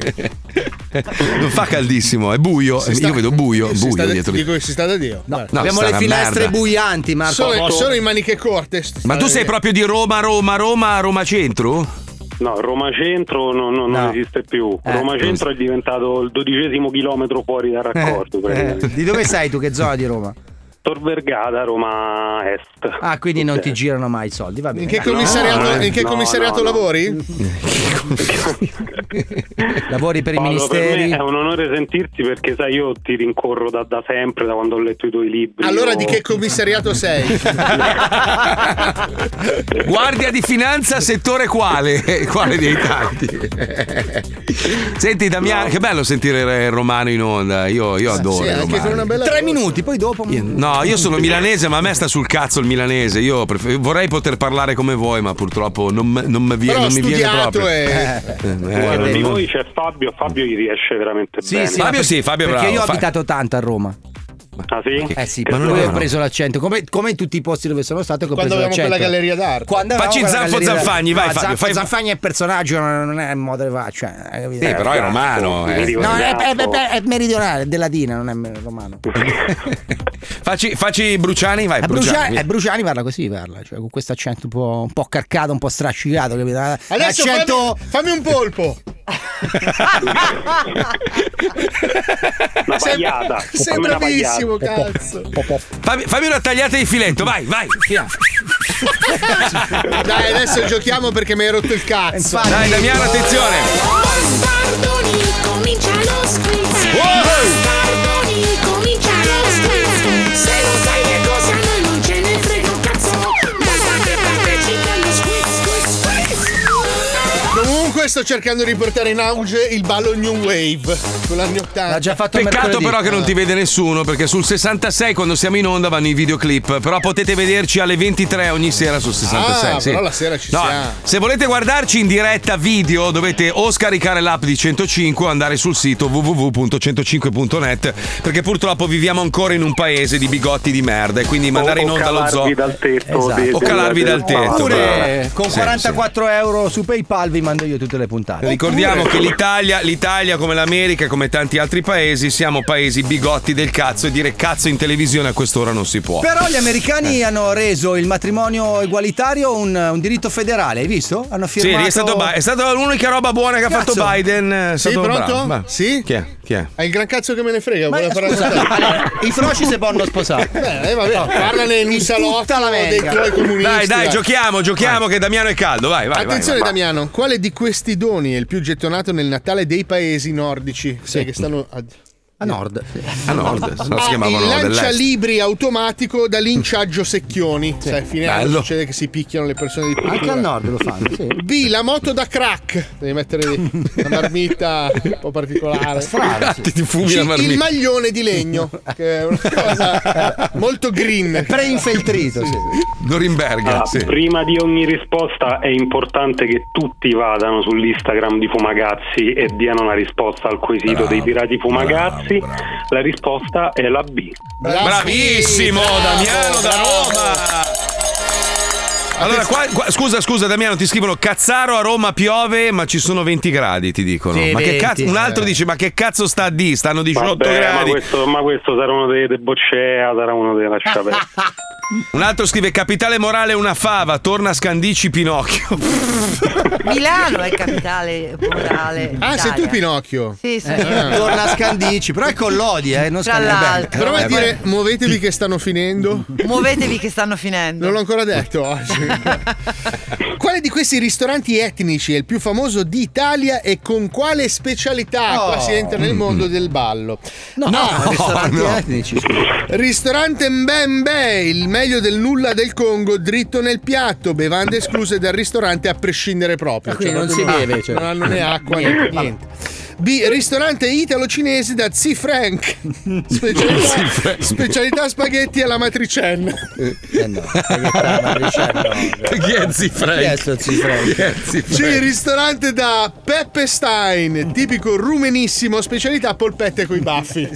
Non fa caldissimo, è buio. Si sta- Io vedo buio, si buio sta da- dietro di dico che si sta da Dio. No, Guarda. abbiamo sta le una finestre merda. buianti, Marco. Sono, sono in maniche corte. sta- Ma tu sta- sei proprio di Roma, Roma, Roma, Roma Centro? No, Roma Centro non, non- non No. esiste più. Eh. Roma Centro è diventato il dodicesimo chilometro fuori dal raccordo. Eh, praticamente. di dove sei tu? Che zona di Roma? Tor Vergata, Roma Est. Ah, quindi non ti Ok. girano mai i soldi, va bene. In che dai. commissariato, No, in che no, commissariato no, no. lavori? Lavori per i Paolo, ministeri? per me è un onore sentirti perché sai io ti rincorro da, da sempre, da quando ho letto i tuoi libri. Allora Io- di che commissariato sei? Guardia di finanza, settore quale? Quale dei tanti? Senti, Damiano, No. che bello sentire il romano in onda. Io, io adoro Sì, il anche romano. con una bella Tre voce. minuti, poi dopo. Io- no, io sono milanese, ma a me sta sul cazzo il milanese. Io prefer- vorrei poter parlare come voi, ma purtroppo non, m- non mi viene, Però non mi viene studiato proprio. e... Eh, Guarda, eh, di non- voi c'è Fabio, Fabio gli riesce veramente Sì, bene. sì, Fabio ma sì, Fabio è perché bravo. io ho Fa- abitato tanto a Roma. Ah sì? Eh sì, Che per Ma non cui è ho vero. preso l'accento. Come, come in tutti i posti dove sono stato, che ho Quando preso avevamo l'accento. quella galleria d'arte. Quando avevamo Facci quella Zanfo galleria d'arte. Zanfagni, vai, No, Fabio, Zanfo fai- Zanfagni è il personaggio, non non è modo di fa- cioè, hai capito? Sì, però è romano. Mi Eh. dico- No, è, è- Esatto. è- è meridionale, è dell'Adina, non è romano. Facci, facci Bruciani, vai. È Bruciani, Bruciani. è Bruciani parla così, parla, cioè con questo accento un po', un po' carcato, un po' strascicato, capito? Adesso Accento... fammi, fammi un polpo. Una Sei, pagliata. sei Fammi una bravissimo, pagliata. cazzo. Fammi, fammi una tagliata di filetto, vai, vai. Dai, adesso giochiamo perché mi hai rotto il cazzo. Dai, Damiano, attenzione. Bastardoni, comincia lo squiz. Wow! Bastardoni, comincia lo squiz. Se non sai che cosa a noi non ce ne frega un cazzo. Basta che partecipi allo squiz, squiz, squiz. Comunque Siccome sto cercando di portare in auge il ballo New Wave con gli anni ottanta. L'ha già fatto Peccato mercoledì. però che non ti vede nessuno, perché sul sessantasei quando siamo in onda vanno i videoclip, però potete vederci alle ventitré ogni sera sul sessantasei. Ah, sì. però la sera ci No, siamo. se volete guardarci in diretta video dovete o scaricare l'app di centocinque o andare sul sito w w w punto centocinque punto net, perché purtroppo viviamo ancora in un paese di bigotti di merda e quindi mandare O- in o onda lo calarvi zoo dal tetto Esatto. di- o calarvi del- dal tetto. Oppure bravo. con Sì, quarantaquattro euro su PayPal vi mando io tutte le puntate. Ricordiamo che l'Italia, l'Italia, come l'America e come tanti altri paesi, siamo paesi bigotti del cazzo e dire cazzo in televisione a quest'ora non si può. Però gli americani hanno reso il matrimonio egualitario un, un diritto federale, hai visto? Hanno Sì, firmato. è, stato, Bi- è stata l'unica roba buona che ha Cazzo. fatto Biden. È Sì, stato pronto? bravo. Ma- Sì? Chi è? Chi è? Hai il gran cazzo che me ne frega. Ma volevo parlare scusa, con te. allora, i frosci si possono sposare. Beh, eh, vabbè, parlane in un In salotto tutta dei l'America. tuoi comunisti. Dai, dai, vai. giochiamo, giochiamo che Damiano è caldo. Vai, vai. Attenzione vai, vai. Damiano, quale di questi doni è il più gettonato nel Natale dei paesi nordici? Sai che stanno a, a nord. A nord, se no si A, chiamavano il dell'est. lancialibri automatico da linciaggio secchioni. Sai, fine anno Bello. succede che si picchiano le persone di cultura. Anche al nord lo fanno, sì. B, la moto da crack. Devi mettere una marmitta un po' particolare. Strano, sì. Ti fumi C, la marmitta. il maglione di legno, che è una cosa molto green. Preinfeltrito, sì. Norimberga, Allora, sì. prima di ogni risposta è importante che tutti vadano sull'Instagram di Fumagazzi e diano una risposta al quesito Bravo, dei pirati Fumagazzi. bravo, bravo. La risposta è la B. Bravissimo, Bravo, Damiano da bravo. Roma. Allora, qua, qua- scusa, scusa, Damiano, ti scrivono Cazzaro a Roma piove, ma ci sono venti gradi, ti dicono. Sì, ma che venti, cazzo? Un altro eh. dice: ma che cazzo sta a D? Stanno diciotto Vabbè, ma gradi. questo, ma questo sarà uno dei, dei Boccea, sarà uno dei lasciaperdere. Un altro scrive: capitale morale una fava, torna a Scandici Pinocchio. Milano è capitale morale. Ah, sei tu Italia. Pinocchio. Sì, sì. Eh, torna a Scandici, però è con l'Odi, eh, non Tra Scandici. l'altro. Prova a Eh, dire muovetevi che stanno finendo. Muovetevi che stanno finendo. Non l'ho ancora detto oggi. Quale di questi ristoranti etnici è il più famoso d'Italia e con quale specialità? Oh. Qua si entra nel mondo del ballo. No, ristoranti no. etnici. Ristorante Mbembe, il meglio del nulla del Congo, dritto nel piatto, bevande escluse dal ristorante a prescindere proprio. Ah, quindi non proprio si beve, cioè. Non hanno né acqua né niente. B, ristorante italo-cinese da Zi Frank, specialità, specialità spaghetti alla matriciana. Eh no, spaghettata, matriciana, no. Chi è Zifrei? Chi è sto Zifrei? Chi è Zifrei? C, ristorante da Peppe Stein, tipico rumenissimo, specialità polpette coi baffi.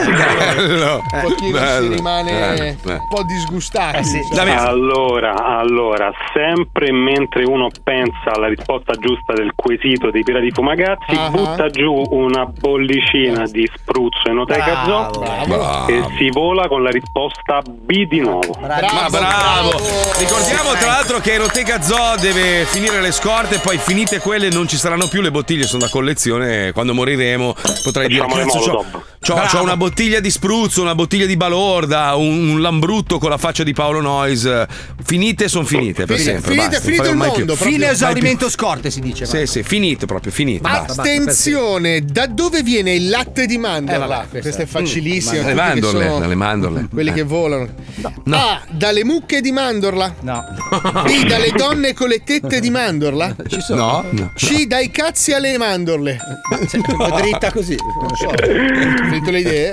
Bello. Un pochino bello, si rimane bello, bello. un po' disgustati. Eh sì. insomma. Damiano. Allora, allora, sempre mentre uno pensa alla risposta giusta del quesito dei pirati Fumagazzi, Ah. butta giù una bollicina di spruzzo Enoteca Bravo, Zoo bravo. e si vola con la risposta B di nuovo. Bravo. Ma bravo! Ricordiamo tra l'altro che Enoteca Zoo deve finire le scorte, poi finite quelle non ci saranno più, le bottiglie sono da collezione, quando moriremo potrai dire Facciamo le cazzo c'ho, Molotov. c'ho, Bravo. c'ho una bottiglia di spruzzo, una bottiglia di balorda, un, un lambrutto con la faccia di Paolo Noyes. Finite sono finite per Finite- sempre. finite- basta, finito non il faremo mai mondo, più. proprio. Fine esaurimento scorte si dice. Sì, sì, finito proprio, finito. basta. Attenzione, da dove viene il latte di mandorla? Eh, vabbè, questa- Questa è facilissima. Dalle tutti che mandorle, sono dalle mandorle. Quelli che volano. A, dalle mucche di mandorla. No. B, dalle donne con le tette di mandorla. Ci sono. No, no. C, dai cazzi alle mandorle. Un po' dritta così. Non so. Ho finito le idee.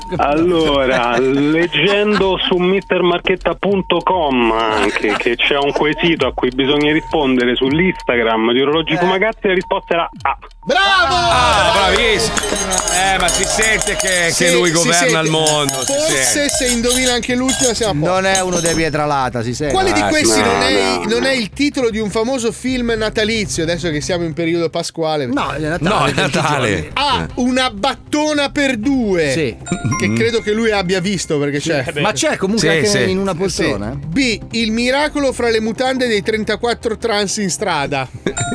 Allora, leggendo su mister marchetta punto com anche che c'è un quesito a cui bisogna rispondere sull'Instagram di Orologi Fumagazzi, la risposta era A. Bravo! Ah, bravissimo. Eh, ma si sente che, Sì, che lui si governa sente. il mondo. si Forse sente. se indovina anche l'ultima siamo a posto. Non è uno dei Pietralata, si sente. Quale di Ah, questi no, non, è, no, non no. è il titolo di un famoso film natalizio, adesso che siamo in periodo pasquale? No, è Natale. No, è venti Natale. giorni. A, una battona per due. Sì. Che credo che lui abbia visto perché c'è. Ma c'è comunque Sì, anche sì. in una Sì. poltrona? eh? B, il miracolo fra le mutande dei trentaquattro trans in strada.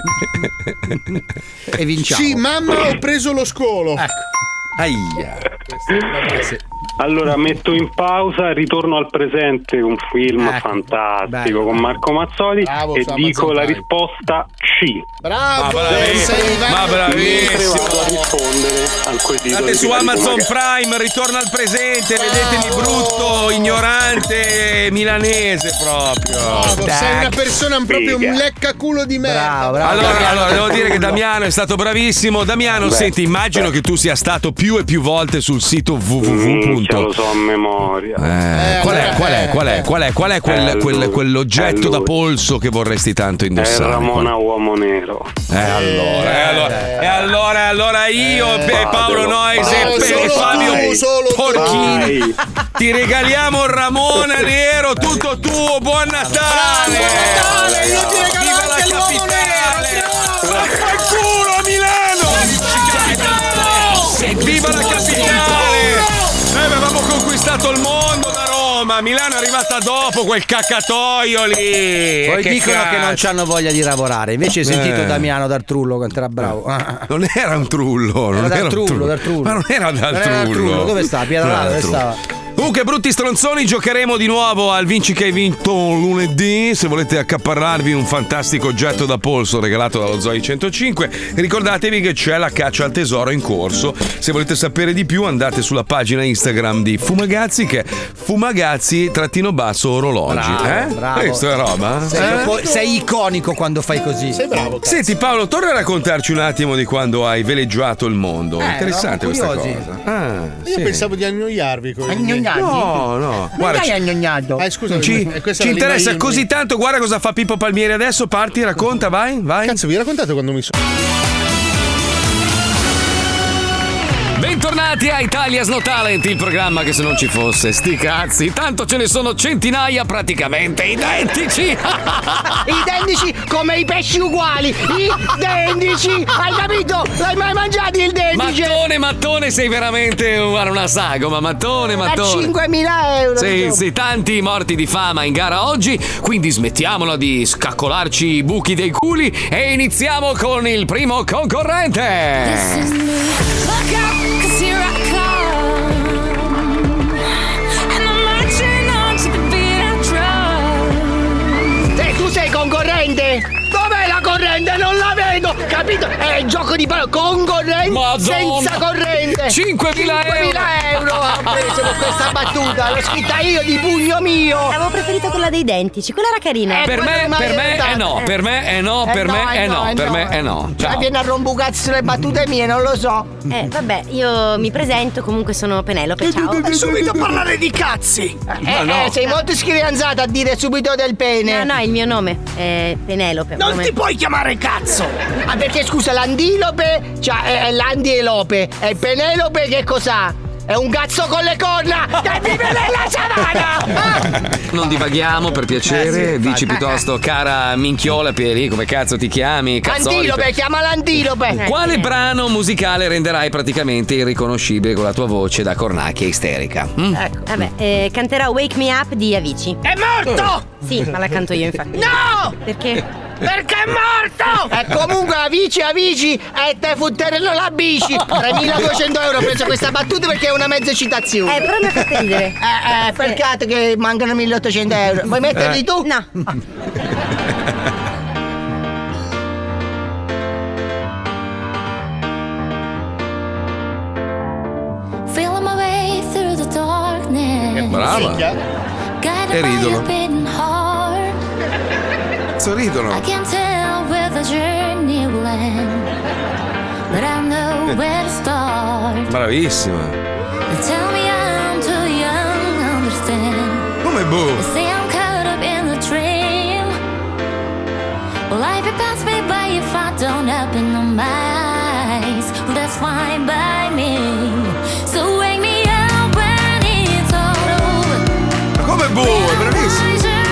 E vinciamo. C, mamma ho preso lo scolo. Ecco. Aia. Vabbè, sì. Allora metto in pausa, ritorno al presente, un film Ecco, fantastico bello. con Marco Mazzoli Bravo, e su dico Amazon la Prime. risposta C. Bravo, Ma bravissimo, sei ma Mentre bravissimo. vado a rispondere al quesito Andate di su Federico Amazon Magatti. Prime, ritorna al presente, vedetemi brutto, ignorante, milanese proprio. Bravo, sei una persona proprio un leccaculo di merda. Allora, allora, devo dire che Damiano è stato bravissimo. Damiano, Beh, senti, immagino che tu sia stato più e più volte sul sito www. Minchia, lo so a memoria. Eh, qual è, qual è, qual è, qual è, qual è quel- È quel- lui, quell'oggetto è da lui. polso che vorresti tanto È indossare? Ramona Uomo Nero. Eh allora, e allora, e allora, allora io, beh, Paolo Noise vai. e Solo tu, Fabio solo tu. Porchini Vai. ti regaliamo il Ramona Nero, tutto tuo, buon Natale! Natale, io ti regalo Viva la anche l'uomo capitale! nero, Vaffanculo a Milano! Viva la capitale! Noi avevamo conquistato il mondo da Roma, Milano è arrivata dopo quel caccatoio lì! Poi E dicono che non cazzo. c'hanno voglia di lavorare. Invece hai sentito Eh. Damiano dal Trullo quanto era bravo. Non era un trullo, non Era dal era un Trullo, trullo. dal Trullo. Ma non era dal Non era dal trullo. Trullo, dove sta? Pietralata, Non era dove dal Trullo. stava? Comunque, brutti stronzoni, giocheremo di nuovo al Vinci che hai vinto lunedì. Se volete accaparrarvi un fantastico oggetto da polso regalato dallo Zoe centocinque, ricordatevi che c'è la caccia al tesoro in corso. Se volete sapere di più, andate sulla pagina Instagram di Fumagazzi, che è Fumagazzi-basso orologi. Bravo, eh? bravo. Questa è roba? Sei, Eh? proprio- sei iconico quando fai così. Sei bravo. Senti Paolo, torna a raccontarci un attimo di quando hai veleggiato il mondo. Eh, Interessante eravamo questa curiosi. cosa. Ah, Io sì. pensavo di annoiarvi con Annoiarvi? No, no. Guarda, ci, Ah, scusa, ci- eh, questa ci era interessa l'email. così tanto. Guarda cosa fa Pippo Palmieri adesso. Parti, racconta, vai, vai. Cazzo, vi raccontate quando mi sono. Bentornati a Italia's No Talent, il programma che se non ci fosse, sti cazzi, tanto ce ne sono centinaia praticamente identici. Identici come i pesci uguali. Identici. Hai capito? L'hai mai mangiati il dentice? Mattone, Mattone, sei veramente guarda, una sagoma, Mattone, A Mattone. cinquemila euro. Sì, insomma. sì, tanti morti di fama in gara oggi, quindi smettiamola di scaccolarci i buchi dei culi e iniziamo con il primo concorrente. E tu sei concorrente? Dov'è la corrente? Non la vedo, capito? È il gioco di parole. Concorrente Madonna. senza corrente. cinquemila euro ho preso con questa battuta. L'ho scritta io di pugno mio. Avevo preferito quella dei dentici, quella era carina. Eh, Per me, per me è no, per me è no, Eh per no, me eh è no, no, eh per no. me è no. Cioè, Ciao. viene a rombugazzo le battute mie, non lo so. Eh, vabbè, io mi presento, comunque sono Penelope, ciao. E subito parlare di cazzi. Eh, no. eh, sei molto scrianzata a dire subito del pene. No, no, il mio nome è Penelope. Non nome- ti puoi chiamare cazzo! Ah, perché scusa, l'andilope, cioè è l'andielope, e Penelope che cos'ha? È un cazzo con le corna che vive nella savana! Non divaghiamo per piacere, Eh, sì, dici infatti. piuttosto cara minchiola Pieri, come cazzo ti chiami? Cazzolipe. Antilope, chiama l'antilope! Quale brano musicale renderai praticamente irriconoscibile con la tua voce da cornacchia isterica? Mm? Ecco. Vabbè, eh, canterà Wake Me Up di Avicii. È morto! Sì, ma la canto io infatti. No! Perché? Perché è morto! E comunque Avicii, Avicii, e te futterello la bici! tremiladuecento euro ho preso questa battuta perché è una mezza citazione. Eh, però mi ha fatto ridere. Eh, eh, peccato che mancano milleottocento euro. Vuoi metterli Eh. tu? No. Feeling my way through the darkness. Brava. Guided E by ridono. your beating heart. Sorridono. I can't tell where the journey will end, but I know where to start. Bravissima. They tell me I'm too young to understand. Come They boh. say I'm caught up in the dream. Well, life it passed me by if I don't open my eyes. Well, that's fine by me. So wake me up when it's all over. Ma come boh, è bravissima.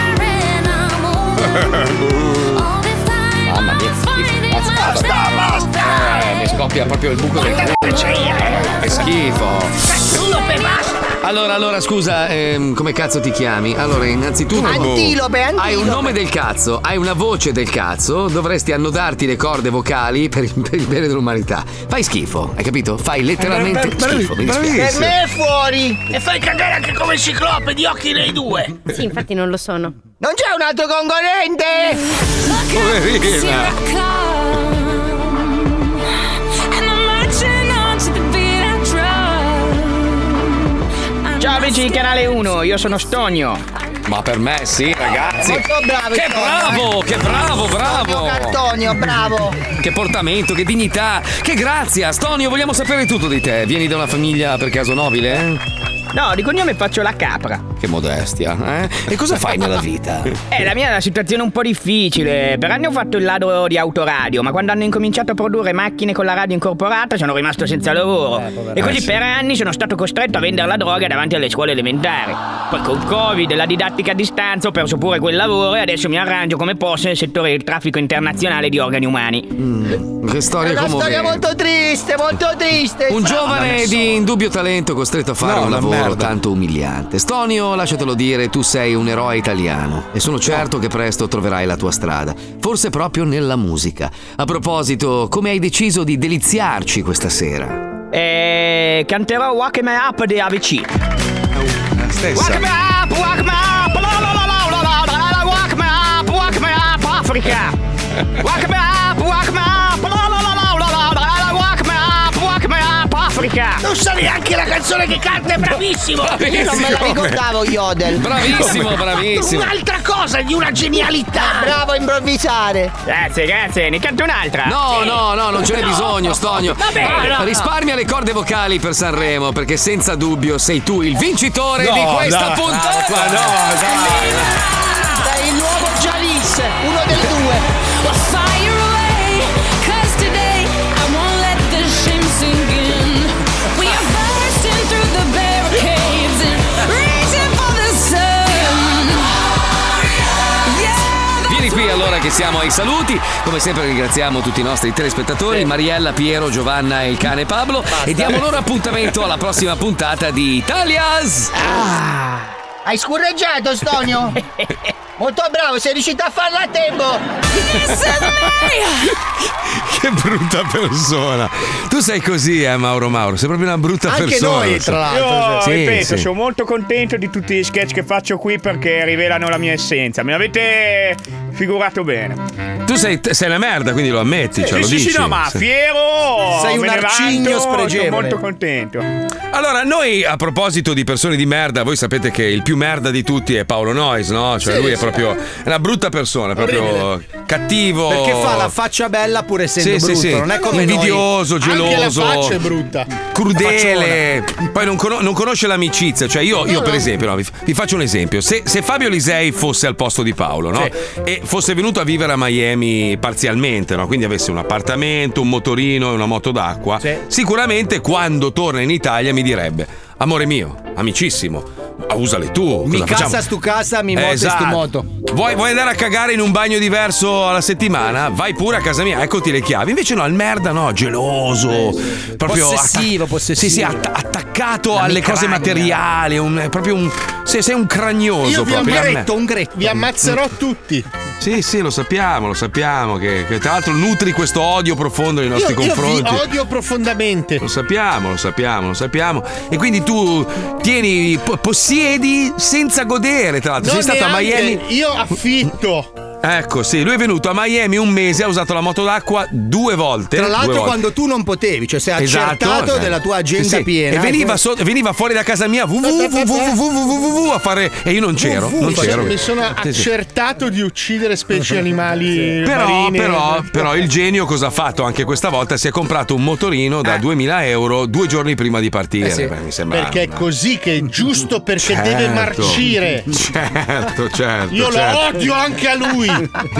Mamma mia, schifo. Basta, basta. Eh, mi scoppia proprio il buco del culo. Che schifo. Cazzo, basta! Allora, allora, scusa, ehm, come cazzo ti chiami? Allora, innanzitutto. Antilope, antilope. Hai un nome del cazzo, hai una voce del cazzo, dovresti annodarti le corde vocali per, per il bene dell'umanità. Fai schifo, hai capito? Fai letteralmente schifo, mi dispiace. Per me è fuori. E fai cagare anche come ciclope di occhi nei due. Sì, infatti non lo sono. Non c'è un altro concorrente? Poverina. Ciao amici di Canale uno, io sono Stonio. Ma per me sì, ragazzi. Molto bravo. Che bravo, che bravo, bravo. Cartonio, bravo. Che portamento, che dignità, che grazia. Stonio, vogliamo sapere tutto di te. Vieni da una famiglia per caso nobile, eh? No, di cognome faccio la capra. Che modestia, eh? E cosa fai nella vita? Eh, la mia è una situazione un po' difficile. Per anni ho fatto il ladro di autoradio, ma quando hanno incominciato a produrre macchine con la radio incorporata sono rimasto senza lavoro. Eh, e così per anni sono stato costretto a vendere la droga davanti alle scuole elementari. Poi col Covid e la didattica a distanza ho perso pure quel lavoro e adesso mi arrangio come posso nel settore del traffico internazionale di organi umani. Mm, che storia È una commovente. storia molto triste, molto triste. Un giovane di indubbio talento costretto a fare No, un una lavoro merda. tanto umiliante. Stonio, lasciatelo dire, tu sei un eroe italiano e sono certo che presto troverai la tua strada, forse proprio nella musica. A proposito, come hai deciso di deliziarci questa sera? Eh, canterò Wake Me Up di A V C. Wake me up, wake me up, la la la la la la la la, wake me up, wake me up, Africa. Wake me up, wake me up, la la la la la la la, wake me up, wake me up, Africa. Non sa neanche la canzone che canta, è bravissimo. Io non me la ricordavo, Yodel. Bravissimo, bravissimo. Un'altra cosa di una genialità. Bravo a improvvisare. Grazie, grazie, ne canto un'altra. No, no, no, non ce n'è bisogno, Stonio. Vabbè, no, no. Risparmia le corde vocali per Sanremo, perché senza dubbio sei tu il vincitore No, di questa no, puntata. no, no, dai. Sei il nuovo Jalis, uno dei due. Vieni qui allora che siamo ai saluti. Come sempre ringraziamo tutti i nostri telespettatori, Mariella, Piero, Giovanna e il cane Pablo. E diamo loro appuntamento alla prossima puntata di Italias. Ah, hai scurreggiato, Stonio? Molto bravo, sei riuscito a farlo a tempo. Che brutta persona. Tu sei così, eh, Mauro Mauro. Sei proprio una brutta Anche persona. noi, tra l'altro. Io Sì, ripeto, sì. sono molto contento di tutti gli sketch che faccio qui perché rivelano la mia essenza. Me l'avete figurato bene. Tu sei, sei una merda, quindi lo ammetti, cioè sì, lo sì, dici. sì, no, ma Sì. fiero. Sei un me ne arcigno vanto, spregevole. Sono molto contento. Allora, noi a proposito di persone di merda, voi sapete che il più merda di tutti è Paolo Noyes, no? Cioè Sì, lui è sì. proprio è una brutta persona, proprio Orribile. cattivo. Perché fa la faccia bella pur essendo Sì, sì, brutto, sì. non è come invidioso, noi. geloso. Anche la faccia è brutta. Crudele, poi non, cono- non conosce l'amicizia. Cioè, io, io No, per no. esempio, no, vi, vi faccio un esempio: se, se Fabio Lisei fosse al posto di Paolo, no? E fosse venuto a vivere a Miami parzialmente, no? Quindi avesse un appartamento, un motorino e una moto d'acqua, sicuramente quando torna in Italia mi direbbe: amore mio, amicissimo, usale tu. Mi cosa casa facciamo? stu casa, mi moto Esatto. stu moto. Vuoi, vuoi andare a cagare in un bagno diverso alla settimana? Vai pure a casa mia, eccoti le chiavi. Invece no, il merda no, geloso, proprio Possessivo, attac- possessivo. Sì, sì, att- attaccato La alle cose micragna. materiali, un, è proprio un se- sei un cragnoso Io vi proprio. la me- ammetto, un gretto. Vi ammazzerò tutti. Sì, sì, lo sappiamo, lo sappiamo che, che tra l'altro nutri questo odio profondo nei nostri Io, io vi confronti. odio profondamente. Lo sappiamo, lo sappiamo, lo sappiamo. E quindi tu tieni, po- possiedi senza godere, tra l'altro. Non Sei stato a neanche, Miami. Io affitto. Ecco, sì, lui è venuto a Miami un mese, ha usato la moto d'acqua due volte. Tra due l'altro volte. quando tu non potevi, cioè sei Esatto, accertato eh. della tua agenda Sì, sì. piena. E veniva, so- veniva fuori da casa mia vu- vu- vu- vu- vu- vu- vu- vu- vu- a fare. E io non c'ero. Non Mi sono- c'ero. Mi sono Sì, sì. accertato di uccidere specie animali Però, marine. però, però il genio cosa ha fatto anche questa volta? Si è comprato un motorino da duemila euro due giorni prima di partire. Eh sì, Beh, mi sembra perché è così che è giusto, perché Certo. deve marcire. Certo, certo. Io certo. lo odio anche a lui.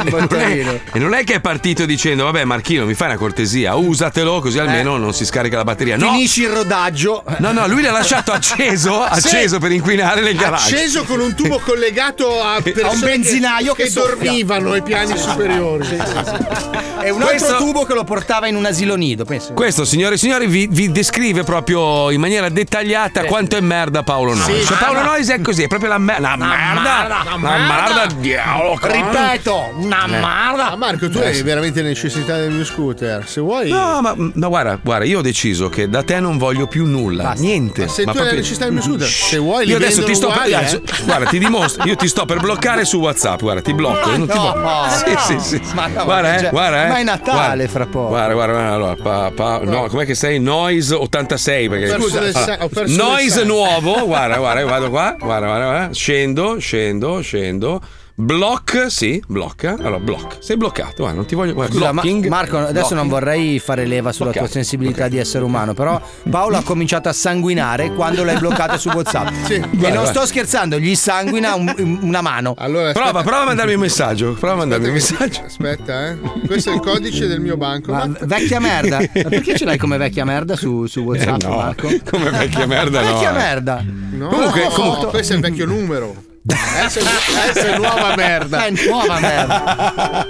E non è che è partito dicendo vabbè Marchino mi fai una cortesia, usatelo così almeno non si scarica la batteria. No, Finisci il rodaggio. no, no, lui l'ha lasciato acceso, Sì. acceso per inquinare nel garage. Acceso con un tubo collegato a, persone benzinaio che che, soffia. dormivano ai piani superiori. E è un altro Questo- tubo che lo portava in un asilo nido. Penso. Questo, signore e signori, vi, vi descrive proprio in maniera dettagliata quanto è merda Paolo Noyes. Sì, Cioè, ma- Paolo Noyes è così, è proprio la, mer- la Una merda. merda, La una merda, merda. diavolo. Ripeto, una Eh. merda. Ah, Marco, tu Eh, hai sì. veramente necessità del mio scooter. Se vuoi. No, ma, ma guarda, guarda, io ho deciso che da te non voglio più nulla. Niente. Ma se tu hai proprio- la necessità del mio scooter, se vuoi li Io adesso vendono ti sto per, uguali, adesso- eh. guarda, ti dimostro, io ti sto per bloccare su WhatsApp, guarda, ti blocco. non ti no, blocco. no, sì, no. sì, sì. Ma no, guarda, eh, cioè, guarda, eh. ma è Natale Guarda. fra poco. Guarda, guarda, guarda, allora, pa- pa- no, com'è che sei? Noise ottantasei, perché Ho perso scusa, del allora, sa- ho perso del Noise sangue. nuovo, guarda, guarda, io vado qua, guarda, guarda, guarda, scendo, scendo, scendo. Block, sì, blocca. Allora, block. Sei bloccato, guarda, non ti voglio. Guarda, Scusa, ma- blocking, Marco, adesso blocking. non vorrei fare leva sulla Bloccato. tua sensibilità di essere umano, però Paolo ha cominciato a sanguinare quando l'hai bloccato su WhatsApp. Sì. E Vai, non vai. sto scherzando, gli sanguina un- una mano. Allora, Prova, prova a mandarmi un messaggio. Prova a mandarmi un Aspetta messaggio. Aspetta, eh. Questo è il codice del mio banco. Ma vecchia merda? Ma perché ce l'hai come vecchia merda su, su WhatsApp, Eh, no. Marco? Come vecchia merda, no. Vecchia eh. merda. No, Comunque- no, comunque- questo è il vecchio numero. Adesso, adesso è nuova merda. È nuova merda.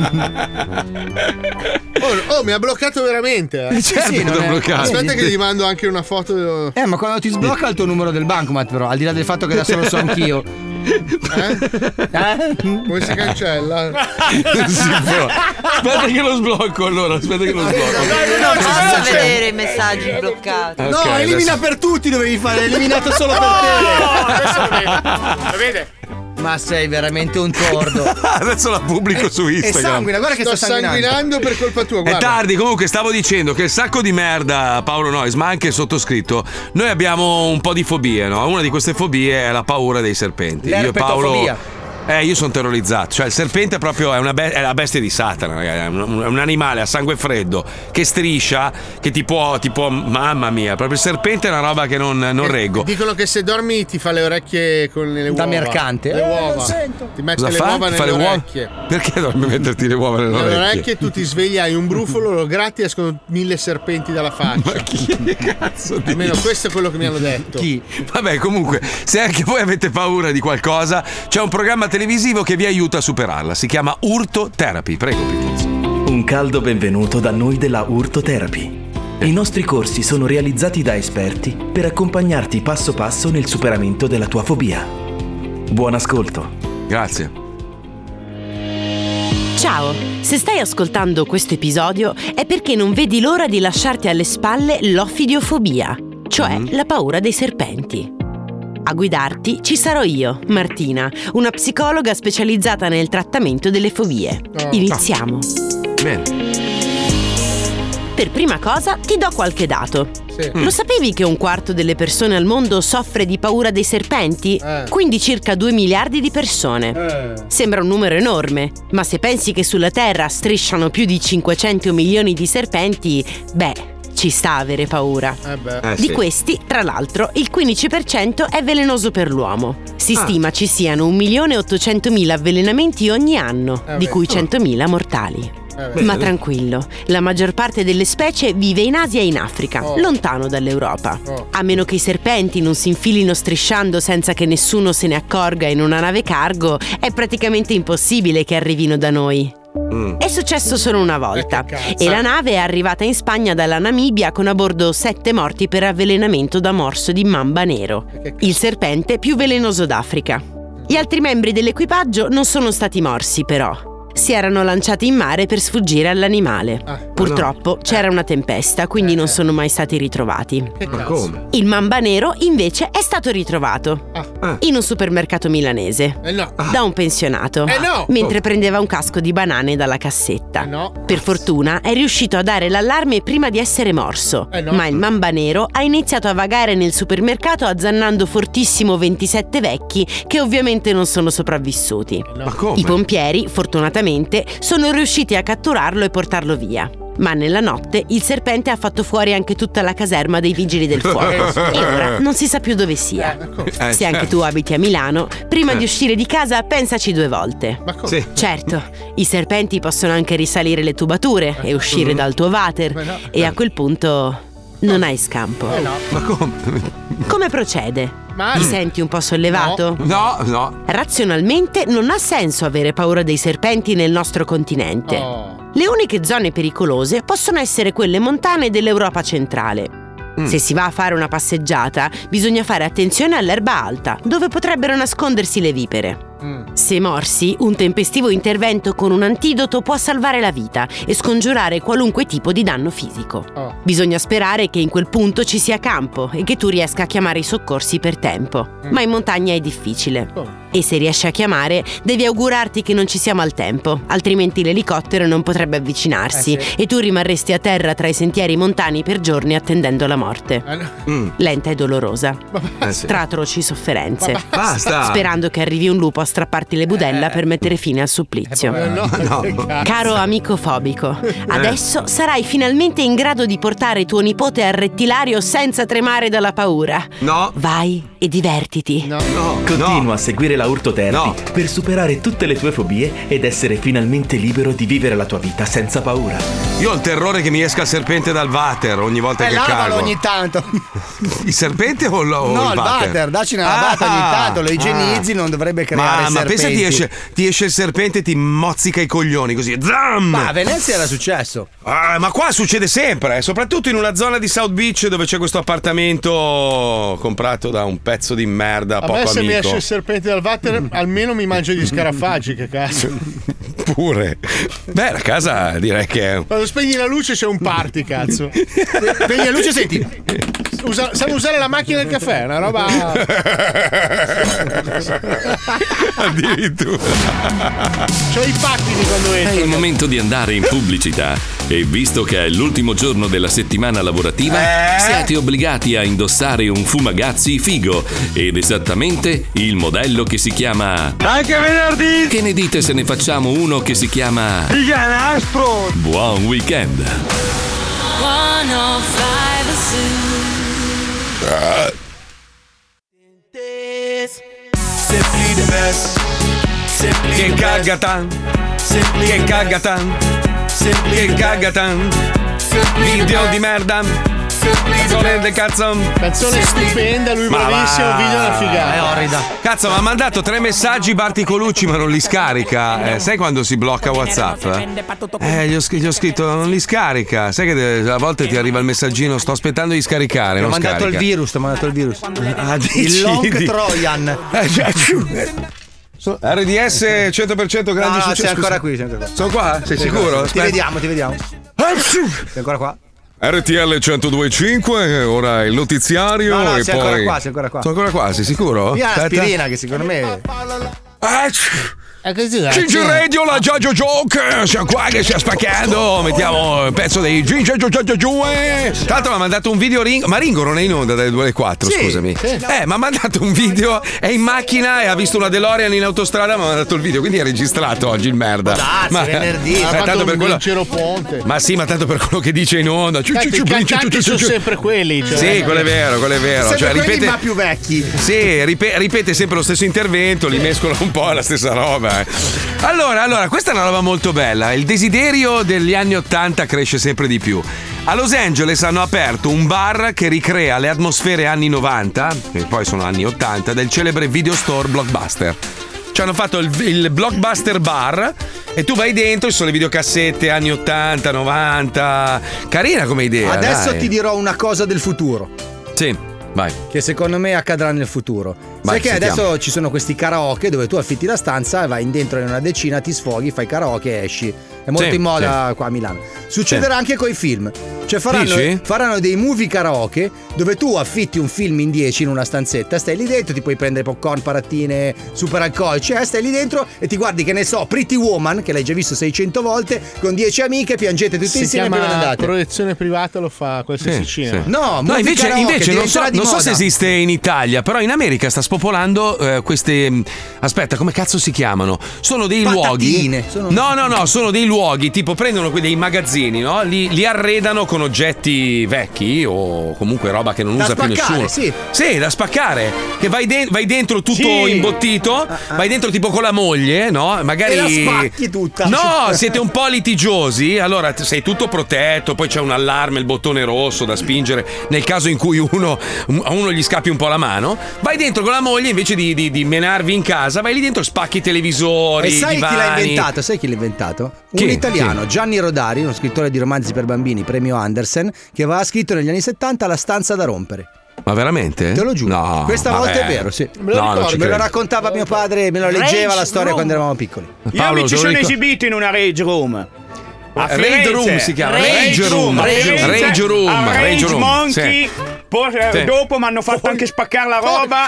Oh, oh, mi ha bloccato veramente. Eh. Sì, sì, non è- Aspetta che gli mando anche una foto. Eh, ma quando ti sblocca il tuo numero del bancomat, però, al di là del fatto che adesso lo so anch'io. Eh? Come si cancella? Non si può. Aspetta che lo sblocco allora, aspetta che lo sblocco. Non posso vedere i messaggi bloccati. Ok, No, elimina adesso- per tutti dovevi fare, eliminato solo per te. Adesso lo vede. Lo vede? Ma sei veramente un tordo. Adesso la pubblico su E Instagram. sanguina, guarda che Sto sto sanguinando. sanguinando per colpa tua. È Guarda. tardi, comunque stavo dicendo che il sacco di merda Paolo Noyes, ma anche il sottoscritto, noi abbiamo un po' di fobie, no? Una di queste fobie è la paura dei serpenti. Io e Paolo L'erpetofobia. Eh, io sono terrorizzato. Cioè, il serpente è proprio è una be- è la bestia di Satana, ragazzi. È un, è un animale a sangue freddo che striscia, che ti può, ti può. Mamma mia, proprio il serpente è una roba che non, non reggo. Dicono che se dormi ti fa le orecchie con le uova. Da mercante. Le Eh, uova. lo sento. Ti mette Cosa le fa? uova Ti fa nelle le uova? orecchie. Perché dormi metterti le uova nelle Nelle orecchie? orecchie tu ti svegli, hai un brufolo, lo gratti e escono mille serpenti dalla faccia. Ma chi cazzo dici? Almeno questo è quello che mi hanno detto. Chi? Vabbè, comunque, se anche voi avete paura di qualcosa, c'è un programma televisivo che vi aiuta a superarla. Si chiama Urto Therapy. Prego, Pickles. Un caldo benvenuto da noi della Urto Therapy. I nostri corsi sono realizzati da esperti per accompagnarti passo passo nel superamento della tua fobia. Buon ascolto. Grazie. Ciao, se stai ascoltando questo episodio è perché non vedi l'ora di lasciarti alle spalle l'ofidiofobia, cioè la paura dei serpenti. A guidarti ci sarò io, Martina, una psicologa specializzata nel trattamento delle fobie. Iniziamo. Bene. Per prima cosa ti do qualche dato. Sì. Lo sapevi che un quarto delle persone al mondo soffre di paura dei serpenti? Eh. Quindi circa due miliardi di persone. Eh. Sembra un numero enorme, ma se pensi che sulla Terra strisciano più di cinquecento milioni di serpenti, beh, ci sta a avere paura. Eh beh. Eh, Di sì. questi, tra l'altro, il quindici per cento è velenoso per l'uomo. Si Ah. stima ci siano un milione e ottocentomila avvelenamenti ogni anno, Eh di beh. cui centomila mortali. Eh beh. Ma tranquillo, la maggior parte delle specie vive in Asia e in Africa, Oh. lontano dall'Europa. Oh. A meno che i serpenti non si infilino strisciando senza che nessuno se ne accorga in una nave cargo, è praticamente impossibile che arrivino da noi. Mm. È successo solo una volta Eh, che cazzo. e la nave è arrivata in Spagna dalla Namibia con a bordo sette morti per avvelenamento da morso di mamba nero, che il serpente più velenoso d'Africa. Gli altri membri dell'equipaggio non sono stati morsi però. Si erano lanciati in mare per sfuggire all'animale. Ah, Purtroppo c'era una tempesta, quindi non sono mai stati ritrovati. Che Ma cazzo? come? Il mamba nero invece è stato ritrovato Ah. in un supermercato milanese Eh no. da un pensionato Eh no! mentre prendeva un casco di banane dalla cassetta. Eh no. Per fortuna è riuscito a dare l'allarme prima di essere morso, Eh no. ma il mamba nero ha iniziato a vagare nel supermercato azzannando fortissimo ventisette vecchi che ovviamente non sono sopravvissuti. Ma come? I pompieri, fortunatamente, sono riusciti a catturarlo e portarlo via. Ma nella notte il serpente ha fatto fuori anche tutta la caserma dei vigili del fuoco e ora non si sa più dove sia. Eh, Se anche certo. tu abiti a Milano, prima di uscire di casa pensaci due volte. Ma come? Sì. Certo, i serpenti possono anche risalire le tubature e uscire dal tuo water Ma no. e a quel punto non hai scampo. Eh no. Ma come? Come procede? Ma Ti senti un po' sollevato? No, no. Razionalmente non ha senso avere paura dei serpenti nel nostro continente. Oh. Le uniche zone pericolose possono essere quelle montane dell'Europa centrale. Mm. Se si va a fare una passeggiata, bisogna fare attenzione all'erba alta, dove potrebbero nascondersi le vipere. Se morsi, un tempestivo intervento con un antidoto può salvare la vita e scongiurare qualunque tipo di danno fisico. Oh. Bisogna sperare che in quel punto ci sia campo e che tu riesca a chiamare i soccorsi per tempo. Mm. Ma in montagna è difficile. Oh. E se riesci a chiamare, devi augurarti che non ci sia maltempo, altrimenti l'elicottero non potrebbe avvicinarsi Eh sì. e tu rimarresti a terra tra i sentieri montani per giorni attendendo la morte. Mm. Lenta e dolorosa, Eh sì. tra atroci sofferenze. Basta. Sperando che arrivi un lupo a strapparti le budella per mettere fine al supplizio. Eh, no, No. che cazzo. Caro amico fobico, adesso sarai finalmente in grado di portare tuo nipote al rettilario senza tremare dalla paura. No. Vai e divertiti. No. No. Continua a seguire la Urtoterapy No. per superare tutte le tue fobie ed essere finalmente libero di vivere la tua vita senza paura. Io ho il terrore che mi esca il serpente dal water ogni volta Eh, che lavalo cago. ogni tanto. Il serpente o, lo- o No, il il water? water, dacci una Ah, lavata ogni tanto, lo ah. igienizzi, non dovrebbe creare Ma, ma serpenti. pensa ti esce, ti esce il serpente e ti mozzica i coglioni così. Zam! Ma a Venezia era successo. Ah, ma qua succede sempre, eh, soprattutto in una zona di South Beach dove c'è questo appartamento comprato da un pezzo di merda A poco me se amico. mi esce il serpente dal water almeno mi mangio gli scarafaggi, che cazzo. Pure. Beh, la casa direi che è... Quando spegni la luce c'è un party, cazzo. Spegni la luce, senti. Usa, sai usare la macchina del caffè, è una roba. Addirittura. C'ho i pattini quando È entro. il momento di andare in pubblicità e visto che è l'ultimo giorno della settimana lavorativa, Eh? siete obbligati a indossare un fumagazzi figo ed esattamente il modello che si chiama... Anche venerdì! Che ne dite se ne facciamo uno che si chiama... Pianastro! Buon weekend! Simply the best. Simply Che the best. cagatan, Simply che the best. cagatan, Simply che the best. cagatan. Simply the Video best. di merda. Simply the Canzone best. del cazzo. Canzone stupenda, lui Ma bravissimo, va. video una figata. È orrida. Cazzo, mi ha mandato tre messaggi Barti Colucci, ma non li scarica. Eh, sai quando si blocca WhatsApp? Eh, gli ho, scr- gli ho scritto non li scarica. Sai che de- a volte ti arriva il messaggino, sto aspettando di scaricare. Ti ho Non mandato scarica. il virus, ti ho mandato il virus. Ah, dici, Il long di- Trojan. Eh, cioè, so- R D S cento per cento grandi No, no, successi. sei ancora qui, sei ancora qui. Sono qua? Sei Sì, sicuro? Ti Aspetta. vediamo, ti vediamo. Sei ancora qua? R T L centodue e cinque, ora il notiziario No, no, e sei poi... ancora qua, sei ancora qua. Sono ancora qua, sei sicuro? Via Aspetta. l'aspirina che secondo me. È così, Ginger Radio, la Giorgio Joke, siamo qua che stiamo spaccando, mettiamo il pezzo dei Ginger Joke. Tra l'altro mi ha mandato un video Ringo, ma Ringo non è in onda dalle due alle quattro, Sì, scusami. sì. Eh, mi ha mandato un video, è in macchina e ha visto una DeLorean in autostrada, mi ha mandato il video, quindi è registrato oggi il merda. Darsi, venerdì. eh, Ha fatto tanto un per quello... Giro Ponte. Ma sì, ma tanto per quello che dice in onda. Ciu, Cazzo, ciu, ciu, i ciu, ciu, cantanti ciu, sono ciu. sempre quelli. Cioè. Sì, quello è vero, quello è vero. Sempre Cioè, quelli, ripete, ma più vecchi. sì, ripe- ripete sempre lo stesso intervento, li mescola un po' alla stessa roba. eh. Allora, allora, questa è una roba molto bella. Il desiderio degli anni ottanta cresce sempre di più. A Los Angeles hanno aperto un bar che ricrea le atmosfere anni novanta, che poi sono anni ottanta, del celebre video store Blockbuster. Ci hanno fatto il, il Blockbuster Bar e tu vai dentro, ci sono le videocassette anni ottanta, novanta. Carina come idea. Adesso dai. ti dirò una cosa del futuro. Sì, vai. Che secondo me accadrà nel futuro. Vai, Sai che sentiamo. adesso ci sono questi karaoke dove tu affitti la stanza, vai in dentro in una decina, ti sfoghi, fai karaoke e esci. È molto Sì, in moda qua a Milano. Succederà Sì. anche coi film. Cioè faranno, Dici? faranno dei movie karaoke dove tu affitti un film in dieci in una stanzetta, stai lì dentro, ti puoi prendere popcorn, parattine, super alcolici, eh, stai lì dentro e ti guardi, che ne so, Pretty Woman, che l'hai già visto seicento volte, con dieci amiche, piangete tutti Si insieme e poi ve ne chiama andate. proiezione privata, lo fa qualsiasi Sì, cinema. sì. No, No, movie invece, karaoke, invece non, so, diventerà di non so moda. se esiste in Italia, però in America sta spopolando eh, queste. Aspetta, come cazzo si chiamano? Sono dei Patatine, luoghi. sono- No, no, no, sono dei luoghi, tipo prendono que- dei magazzini magazzini, no? Li, li arredano con oggetti vecchi o comunque roba che non Da usa più spaccare, nessuno. sì. Sì, da spaccare. Che vai, de- vai dentro tutto Sì. imbottito, vai dentro tipo con la moglie, no? Magari. E la spacchi tutta. No, siete un po' litigiosi, allora t- sei tutto protetto, poi c'è un allarme, il bottone rosso da spingere nel caso in cui uno, a uno gli scappi un po' la mano. Vai dentro con la moglie invece di, di, di menarvi in casa, vai lì dentro, spacchi i televisori, E sai divani. chi l'ha inventato? Sai chi l'ha inventato? Chi? Un italiano, Chi? Gianni Rodari, uno scrittore di romanzi per bambini, premio Andersen, che aveva scritto negli anni settanta La stanza da rompere. Ma veramente? Te lo giuro. No, Questa vabbè. volta è vero, sì. Me lo No, non ci me lo credo. raccontava mio padre, me lo leggeva Rage la storia Room. quando eravamo piccoli. Io mi ci sono esibito in una Rage Room. A Rage Firenze. Room si chiama, Rage Rage Room. A Rage Firenze, Rage Room, a Rage Rage Room, Monkey. sì. Poi, eh, Sì. dopo mi hanno fatto anche spaccare la roba.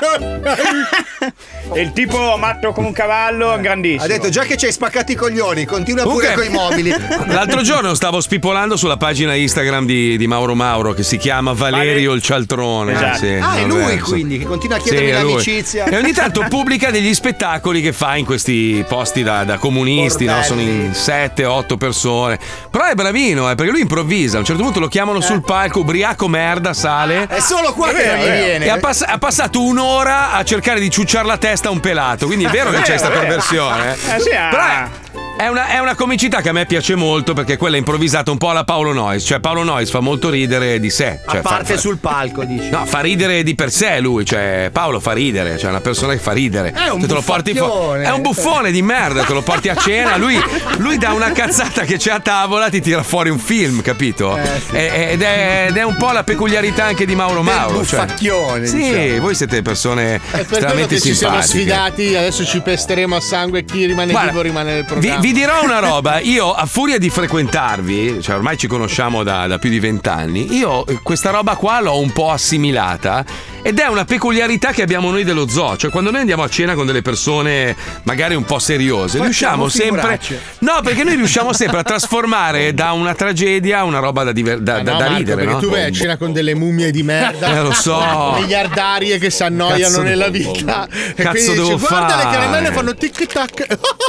E il tipo matto come un cavallo, grandissimo. Ha detto già che ci hai spaccato i coglioni, continua pure Comunque, coi mobili. L'altro giorno stavo spipolando sulla pagina Instagram di, di Mauro Mauro che si chiama Valerio il Cialtrone. Esatto. Sì, Ah, è non lui verso. quindi che continua a chiedermi Sì, è lui. l'amicizia. E ogni tanto pubblica degli spettacoli che fa in questi posti da, da comunisti, no? Sono in sette otto persone. Però è bravino, eh, perché lui improvvisa. A un certo punto lo chiamano sul palco, ubriaco merda, sale. È solo qua È che vero, non gli è vero. viene. E ha, pass- ha passato un'ora a cercare di ciucciare la testa a un pelato. Quindi è vero che È c'è vero, questa è vero. perversione. Eh, sì, ah. Però è, è una, è una comicità che a me piace molto perché quella è improvvisata un po' alla Paolo Noyes. Cioè, Paolo Noyes fa molto ridere di sé. Cioè, A parte fa- fa- sul palco, dici. No, fa ridere di per sé lui, cioè Paolo fa ridere, cioè è una persona che fa ridere. È un Se te lo porti fu- buffacchione. È un buffone di merda, te lo porti a cena, lui, lui da una cazzata che c'è a tavola ti tira fuori un film, capito? E- ed, è, ed è un po' la peculiarità anche di Mauro Mauro. Cioè. buffacchione, Sì, diciamo. voi siete persone È per quello estremamente che ci siamo simpatiche. sfidati, adesso ci pesteremo a sangue chi rimane Guarda, vivo rimane nel Vi, programma. vi dirò una roba, io a furia di frequentarvi, cioè ormai ci conosciamo da, da più di vent'anni, io eh, questa roba qua l'ho un po' assimilata ed è una peculiarità che abbiamo noi dello zoo, cioè quando noi andiamo a cena con delle persone magari un po' seriose, Facciamo riusciamo sempre... figuracce. No, perché noi riusciamo sempre a trasformare da una tragedia una roba da, diver- da, Eh da- no, da Marco, ridere, perché no? tu vai a cena con delle mummie di merda. Eh, lo so. Miliardarie che si annoiano Cazzo nella devo- vita. E cazzo quindi devo dici, guarda le fare?" caramelle fanno tic tac.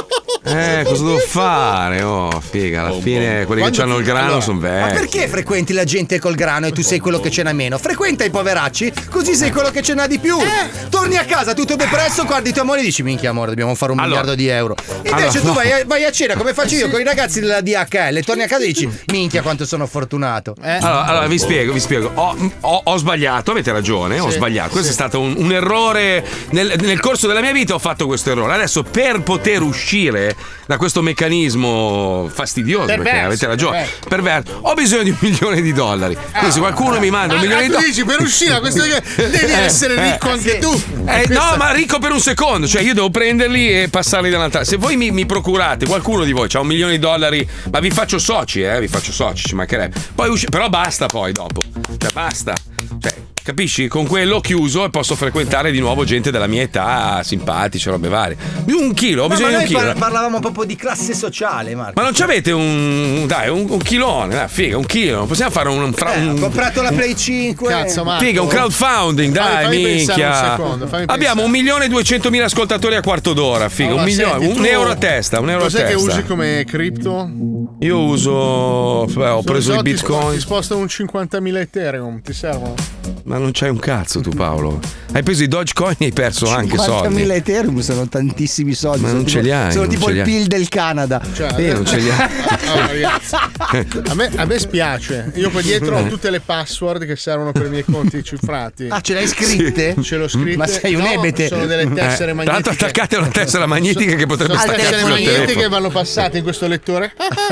Eh, cosa devo fare? Oh, figa, alla fine quelli Quando che hanno ti- il grano allora, sono Ma vecchi. perché frequenti la gente col grano e tu sei quello che ce n'ha meno? Frequenta i poveracci, così sei quello che ce n'ha di più. Torni a casa tutto depresso, guardi tua moglie e dici minchia amore, dobbiamo fare un Allora. miliardo di euro. Invece Allora, tu no. vai a, vai a cena come faccio io con i ragazzi della D H L, torni a casa e dici minchia quanto sono fortunato. Eh? Allora, allora, vi spiego, vi spiego. Ho, ho- ho sbagliato, avete ragione, ho Sì, sbagliato. Questo sì. è stato un, un errore. Nel, nel corso della mia vita ho fatto questo errore. Adesso, per poter uscire da questo meccanismo fastidioso, perché Perverso, avete ragione, perverso. perverso, ho bisogno di un milione di dollari. Quindi, se qualcuno mi manda un Ah, milione ah, di tu dollari. dici per uscire da questo devi Eh, essere eh, ricco anche sì. tu. Eh, Questa- no, ma ricco per un secondo, cioè io devo prenderli e passarli dall'altra. Se voi mi, mi procurate, qualcuno di voi ha un milione di dollari, ma vi faccio soci, eh, vi faccio soci, ci mancherebbe. Poi usci- però basta poi dopo. Cioè basta. Cioè, capisci? Con quello chiuso e posso frequentare di nuovo gente della mia età, simpatici, robe varie. Un chilo, ho No, bisogno ma di un noi chilo. par- parlavamo proprio di classe sociale, Marco. Ma non ci avete un. Dai, un, un chilone, dai, figa, un chilo. Non possiamo fare un. fra- Eh, ho un- comprato la Play cinque. Cazzo, Marco. Figa, un crowdfunding, Fammi- dai, fammi pensare un minchia. secondo, fammi Abbiamo pensare. un milione e duecentomila ascoltatori a quarto d'ora, figa. Allora, un milione, senti, un tu- euro a testa, un euro a Cos'è testa. che usi come cripto? Io uso. Beh, ho preso So, i ti spo- bitcoin. Ti spostano un cinquantamila Ethereum, ti servono? Ma non c'hai un cazzo tu, Paolo. Hai preso i Dogecoin e hai perso anche soldi. cinquantamila Ethereum sono tantissimi soldi. Ma sono non tipo, ce li hai, Sono non tipo ce il li hai. P I L del Canada. Cioè, Eh, non ce li hai. Allora, ragazzi, a me, a me spiace. Io poi dietro ho tutte le password che servono per i miei conti cifrati. Ah, ce l'hai scritte? Ce l'ho scritte. Ma sei un No, ebete. Sono delle tessere Eh, tra magnetiche. l'altro attaccate una tessera magnetica che potrebbe Sono staccarsi tessere dal magnetiche telefono. che vanno passate in questo lettore.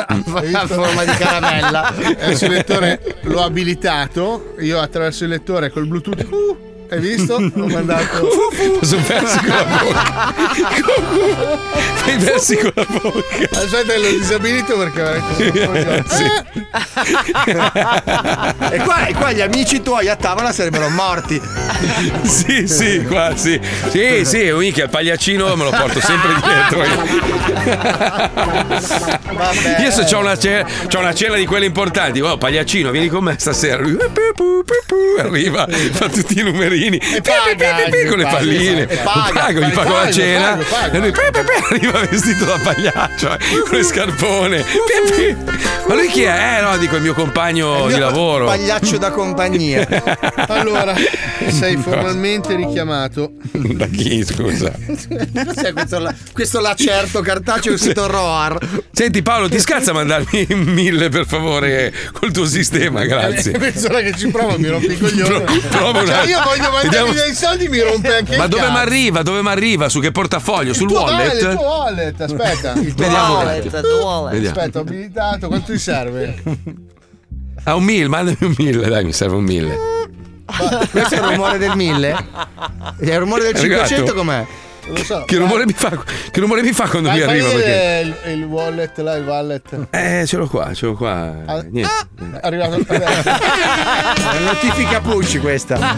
A forma di caramella. Adesso il lettore l'ho abilitato. Io attraverso il lettore col Bluetooth. Uh, hai visto? Ho mandato. Sono versi con la bocca. Fai versi con la bocca. Aspetta, l'ho disabilito perché veramente sono E qua, e qua gli amici tuoi a tavola sarebbero morti. Sì, sì, qua sì. Sì, sì, minchia, il pagliaccino me lo porto sempre dietro. Io se c'ho una, ce- c'ho una cena di quelle importanti, oh, pagliaccino, vieni con me stasera. Lui, pu, pu, pu, pu, arriva, fa tutti i numerini pi, pi, pi, pi, con le paga, palline. e Lo paga, pago, gli paga, pago la pago, cena. pago, pago. E lui pi, pi, pi, arriva vestito da pagliaccio, eh, con le scarpone. Pi, pi. Ma lui chi è? Eh no, dico il mio compagno Il di mio lavoro. Pagliaccio da compagnia. Allora, sei formalmente richiamato. Da chi, scusa? Cos'è questo, la- questo lacerto cartaceo scritto Roar? Senti Paolo, ti scazza mandarmi mille per favore col tuo sistema, grazie. Eh, Penso che ci provo, mi rompi i coglioni. Pro- prova una- Cioè, io voglio mandarmi Vediamo- dei soldi, mi rompe anche Ma il dove cazzo. mi arriva? Dove mi arriva? Su che portafoglio? Sul Il tuo wallet? Il tuo wallet, aspetta. Il tuo Vediamo. wallet. Vediamo. Aspetta, ho abilitato. Quanto ti serve? Ah, un mille, mandami un mille, dai, mi serve un mille. Questo è il rumore del mille? E il rumore del È arrivato? cinquecento com'è? Non lo so. Che rumore mi fa, che rumore mi fa quando Vai, mi fai arriva? Perché... il, il wallet là, il wallet. Eh, ce l'ho qua, ce l'ho qua. Ah, Niente. È arrivato. È una notifica Pucci questa.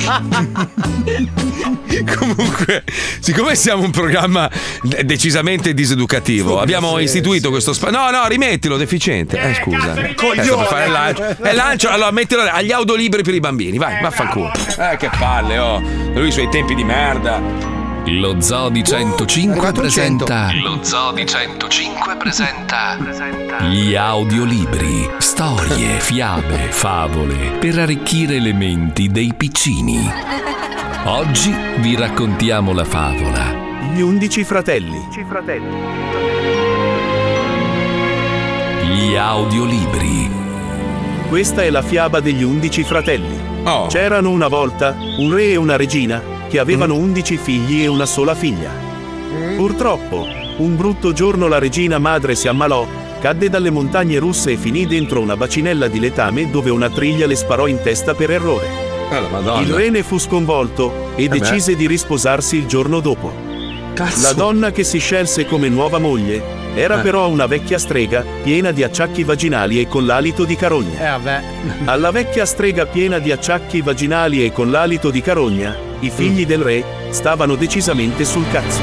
Comunque, siccome siamo un programma decisamente diseducativo, abbiamo istituito questo spazio. No, no, rimettilo, deficiente. Eh, scusa. Eh, sto per fare il lancio. È lancio, allora mettilo agli audiolibri per i bambini. Vai, vaffanculo. Eh, che palle, oh. Lui i suoi tempi di merda. Lo Zoo di centocinque Arrivato un cento. presenta Lo Zoo di centocinque presenta gli audiolibri, storie, fiabe, favole per arricchire le menti dei piccini. Oggi vi raccontiamo la favola Gli undici fratelli. Gli audiolibri. Questa è la fiaba degli undici fratelli. Oh. C'erano una volta un re e una regina che avevano undici figli e una sola figlia. Purtroppo, un brutto giorno la regina madre si ammalò, cadde dalle montagne russe e finì dentro una bacinella di letame dove una triglia le sparò in testa per errore. Oh, la Madonna. Il re ne fu sconvolto e Eh beh. decise di risposarsi il giorno dopo. Cazzo. La donna che si scelse come nuova moglie era Eh. però una vecchia strega piena di acciacchi vaginali e con l'alito di carogna. Eh vabbè. Alla vecchia strega piena di acciacchi vaginali e con l'alito di carogna, i figli del re stavano decisamente sul cazzo.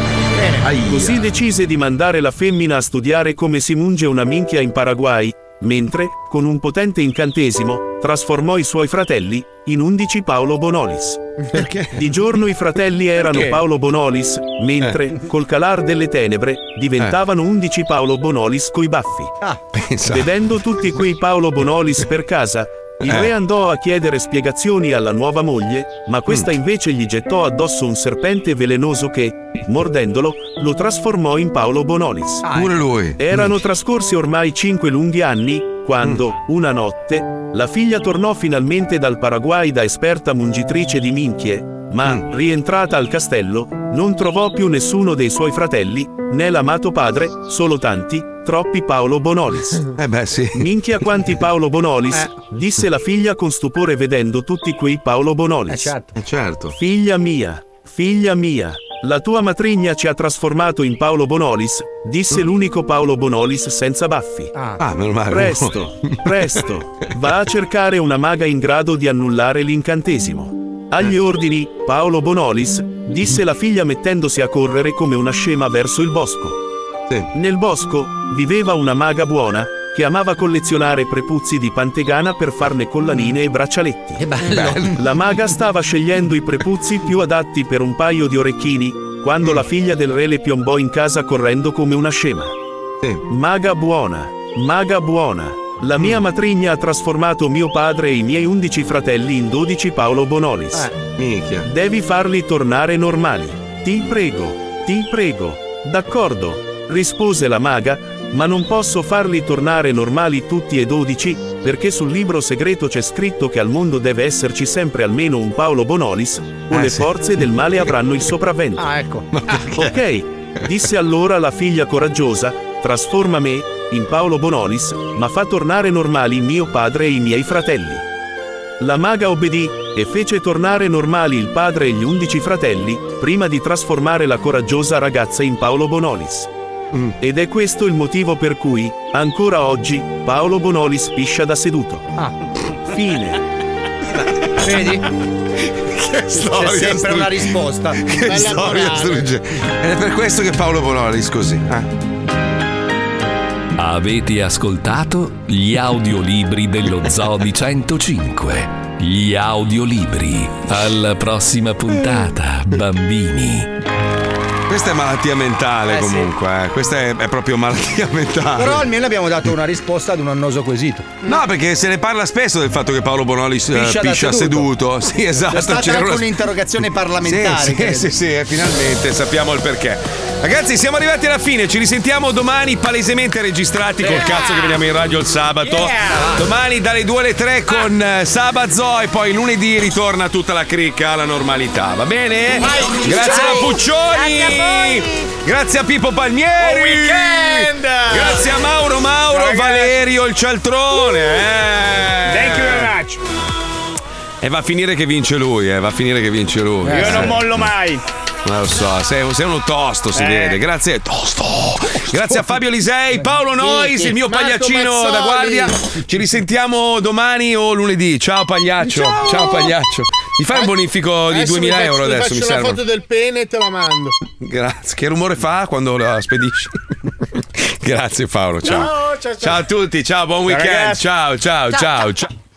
Così decise di mandare la femmina a studiare come si munge una minchia in Paraguay, mentre, con un potente incantesimo, trasformò i suoi fratelli in undici Paolo Bonolis. Perché? Di giorno i fratelli erano Perché? Paolo Bonolis, mentre, col calar delle tenebre, diventavano undici Paolo Bonolis coi baffi. Ah, pensa. Vedendo tutti quei Paolo Bonolis per casa, il Eh. re andò a chiedere spiegazioni alla nuova moglie, ma questa invece gli gettò addosso un serpente velenoso che, mordendolo, lo trasformò in Paolo Bonolis. Pure lui. Erano trascorsi ormai cinque lunghi anni, quando, una notte, la figlia tornò finalmente dal Paraguay da esperta mungitrice di minchie, ma, rientrata al castello, non trovò più nessuno dei suoi fratelli, né l'amato padre, solo tanti, troppi Paolo Bonolis. Eh beh, sì. Minchia quanti Paolo Bonolis, disse la figlia con stupore vedendo tutti quei Paolo Bonolis. Eh, certo. Eh, certo. Figlia mia, figlia mia, la tua matrigna ci ha trasformato in Paolo Bonolis, disse l'unico Paolo Bonolis senza baffi. Ah. Ah, meno male. Presto, presto, va a cercare una maga in grado di annullare l'incantesimo. Agli ordini, Paolo Bonolis, disse la figlia mettendosi a correre come una scema verso il bosco. Sì. Nel bosco viveva una maga buona che amava collezionare prepuzzi di pantegana per farne collanine e braccialetti. Che bello. La maga stava scegliendo i prepuzzi più adatti per un paio di orecchini quando la figlia del re le piombò in casa correndo come una scema. Sì. Maga buona, maga buona, la mia matrigna ha trasformato mio padre e i miei undici fratelli in dodici Paolo Bonolis. Eh, minchia. Devi farli tornare normali. Ti prego, ti prego. D'accordo, rispose la maga, ma non posso farli tornare normali tutti e dodici, perché sul libro segreto c'è scritto che al mondo deve esserci sempre almeno un Paolo Bonolis, o Eh, le sì. forze del male avranno il sopravvento. Ah, ecco. Ok, disse allora la figlia coraggiosa, trasforma me in Paolo Bonolis, ma fa tornare normali mio padre e i miei fratelli. La maga obbedì e fece tornare normali il padre e gli undici fratelli, prima di trasformare la coraggiosa ragazza in Paolo Bonolis. Mm. Ed è questo il motivo per cui, ancora oggi, Paolo Bonolis piscia da seduto. Ah. Fine. Vedi? Che storia C'è sempre stru- una risposta. Che Bella storia morale. struggente. Ed è per questo che Paolo Bonolis così. Eh. Avete ascoltato gli audiolibri dello Zoo di centocinque. Gli audiolibri. Alla prossima puntata, bambini. questa è malattia mentale Eh, sì. comunque, eh. Questa è, è proprio malattia mentale. Però almeno abbiamo dato una risposta ad un annoso quesito. No, perché se ne parla spesso del fatto che Paolo Bonoli eh, Piscia da piscia seduto. seduto. Sì, esatto. C'è stata c'era anche una- un'interrogazione parlamentare. Sì, credo. sì, sì, sì, finalmente sappiamo il perché. Ragazzi, siamo arrivati alla fine, ci risentiamo domani palesemente registrati col cazzo che veniamo in radio il sabato. Yeah. Domani dalle due alle tre con eh, Sabazo e poi lunedì ritorna tutta la cricca alla normalità, va bene? Vai. Grazie Ciao. a Puccioni! Grazie a voi. Grazie a Pippo Palmieri! Buon weekend. Grazie a Mauro Mauro, Ciao, ragazzi. Valerio il cialtrone! Eh. Thank you very much. E va a finire che vince lui, eh, va a finire che vince lui. Io Eh, non sì. mollo mai. Non lo so, sei, sei uno tosto, si Eh. vede. Grazie, tosto. Grazie a Fabio Lisei, Paolo Nois, il mio Marco pagliaccino Mazzoli. da guardia. Ci risentiamo domani o lunedì. Ciao pagliaccio. Ciao. Ciao pagliaccio. Mi fai un bonifico di Adesso duemila mi faccio- euro mi adesso, mi faccio la servono. foto del pene e te la mando. Grazie. Che rumore fa quando la spedisci? Grazie Paolo, ciao. Ciao, ciao, ciao. Ciao a tutti, ciao, buon Ciao, weekend. ragazzi. Ciao, ciao, Ciao, ciao, ciao. ciao.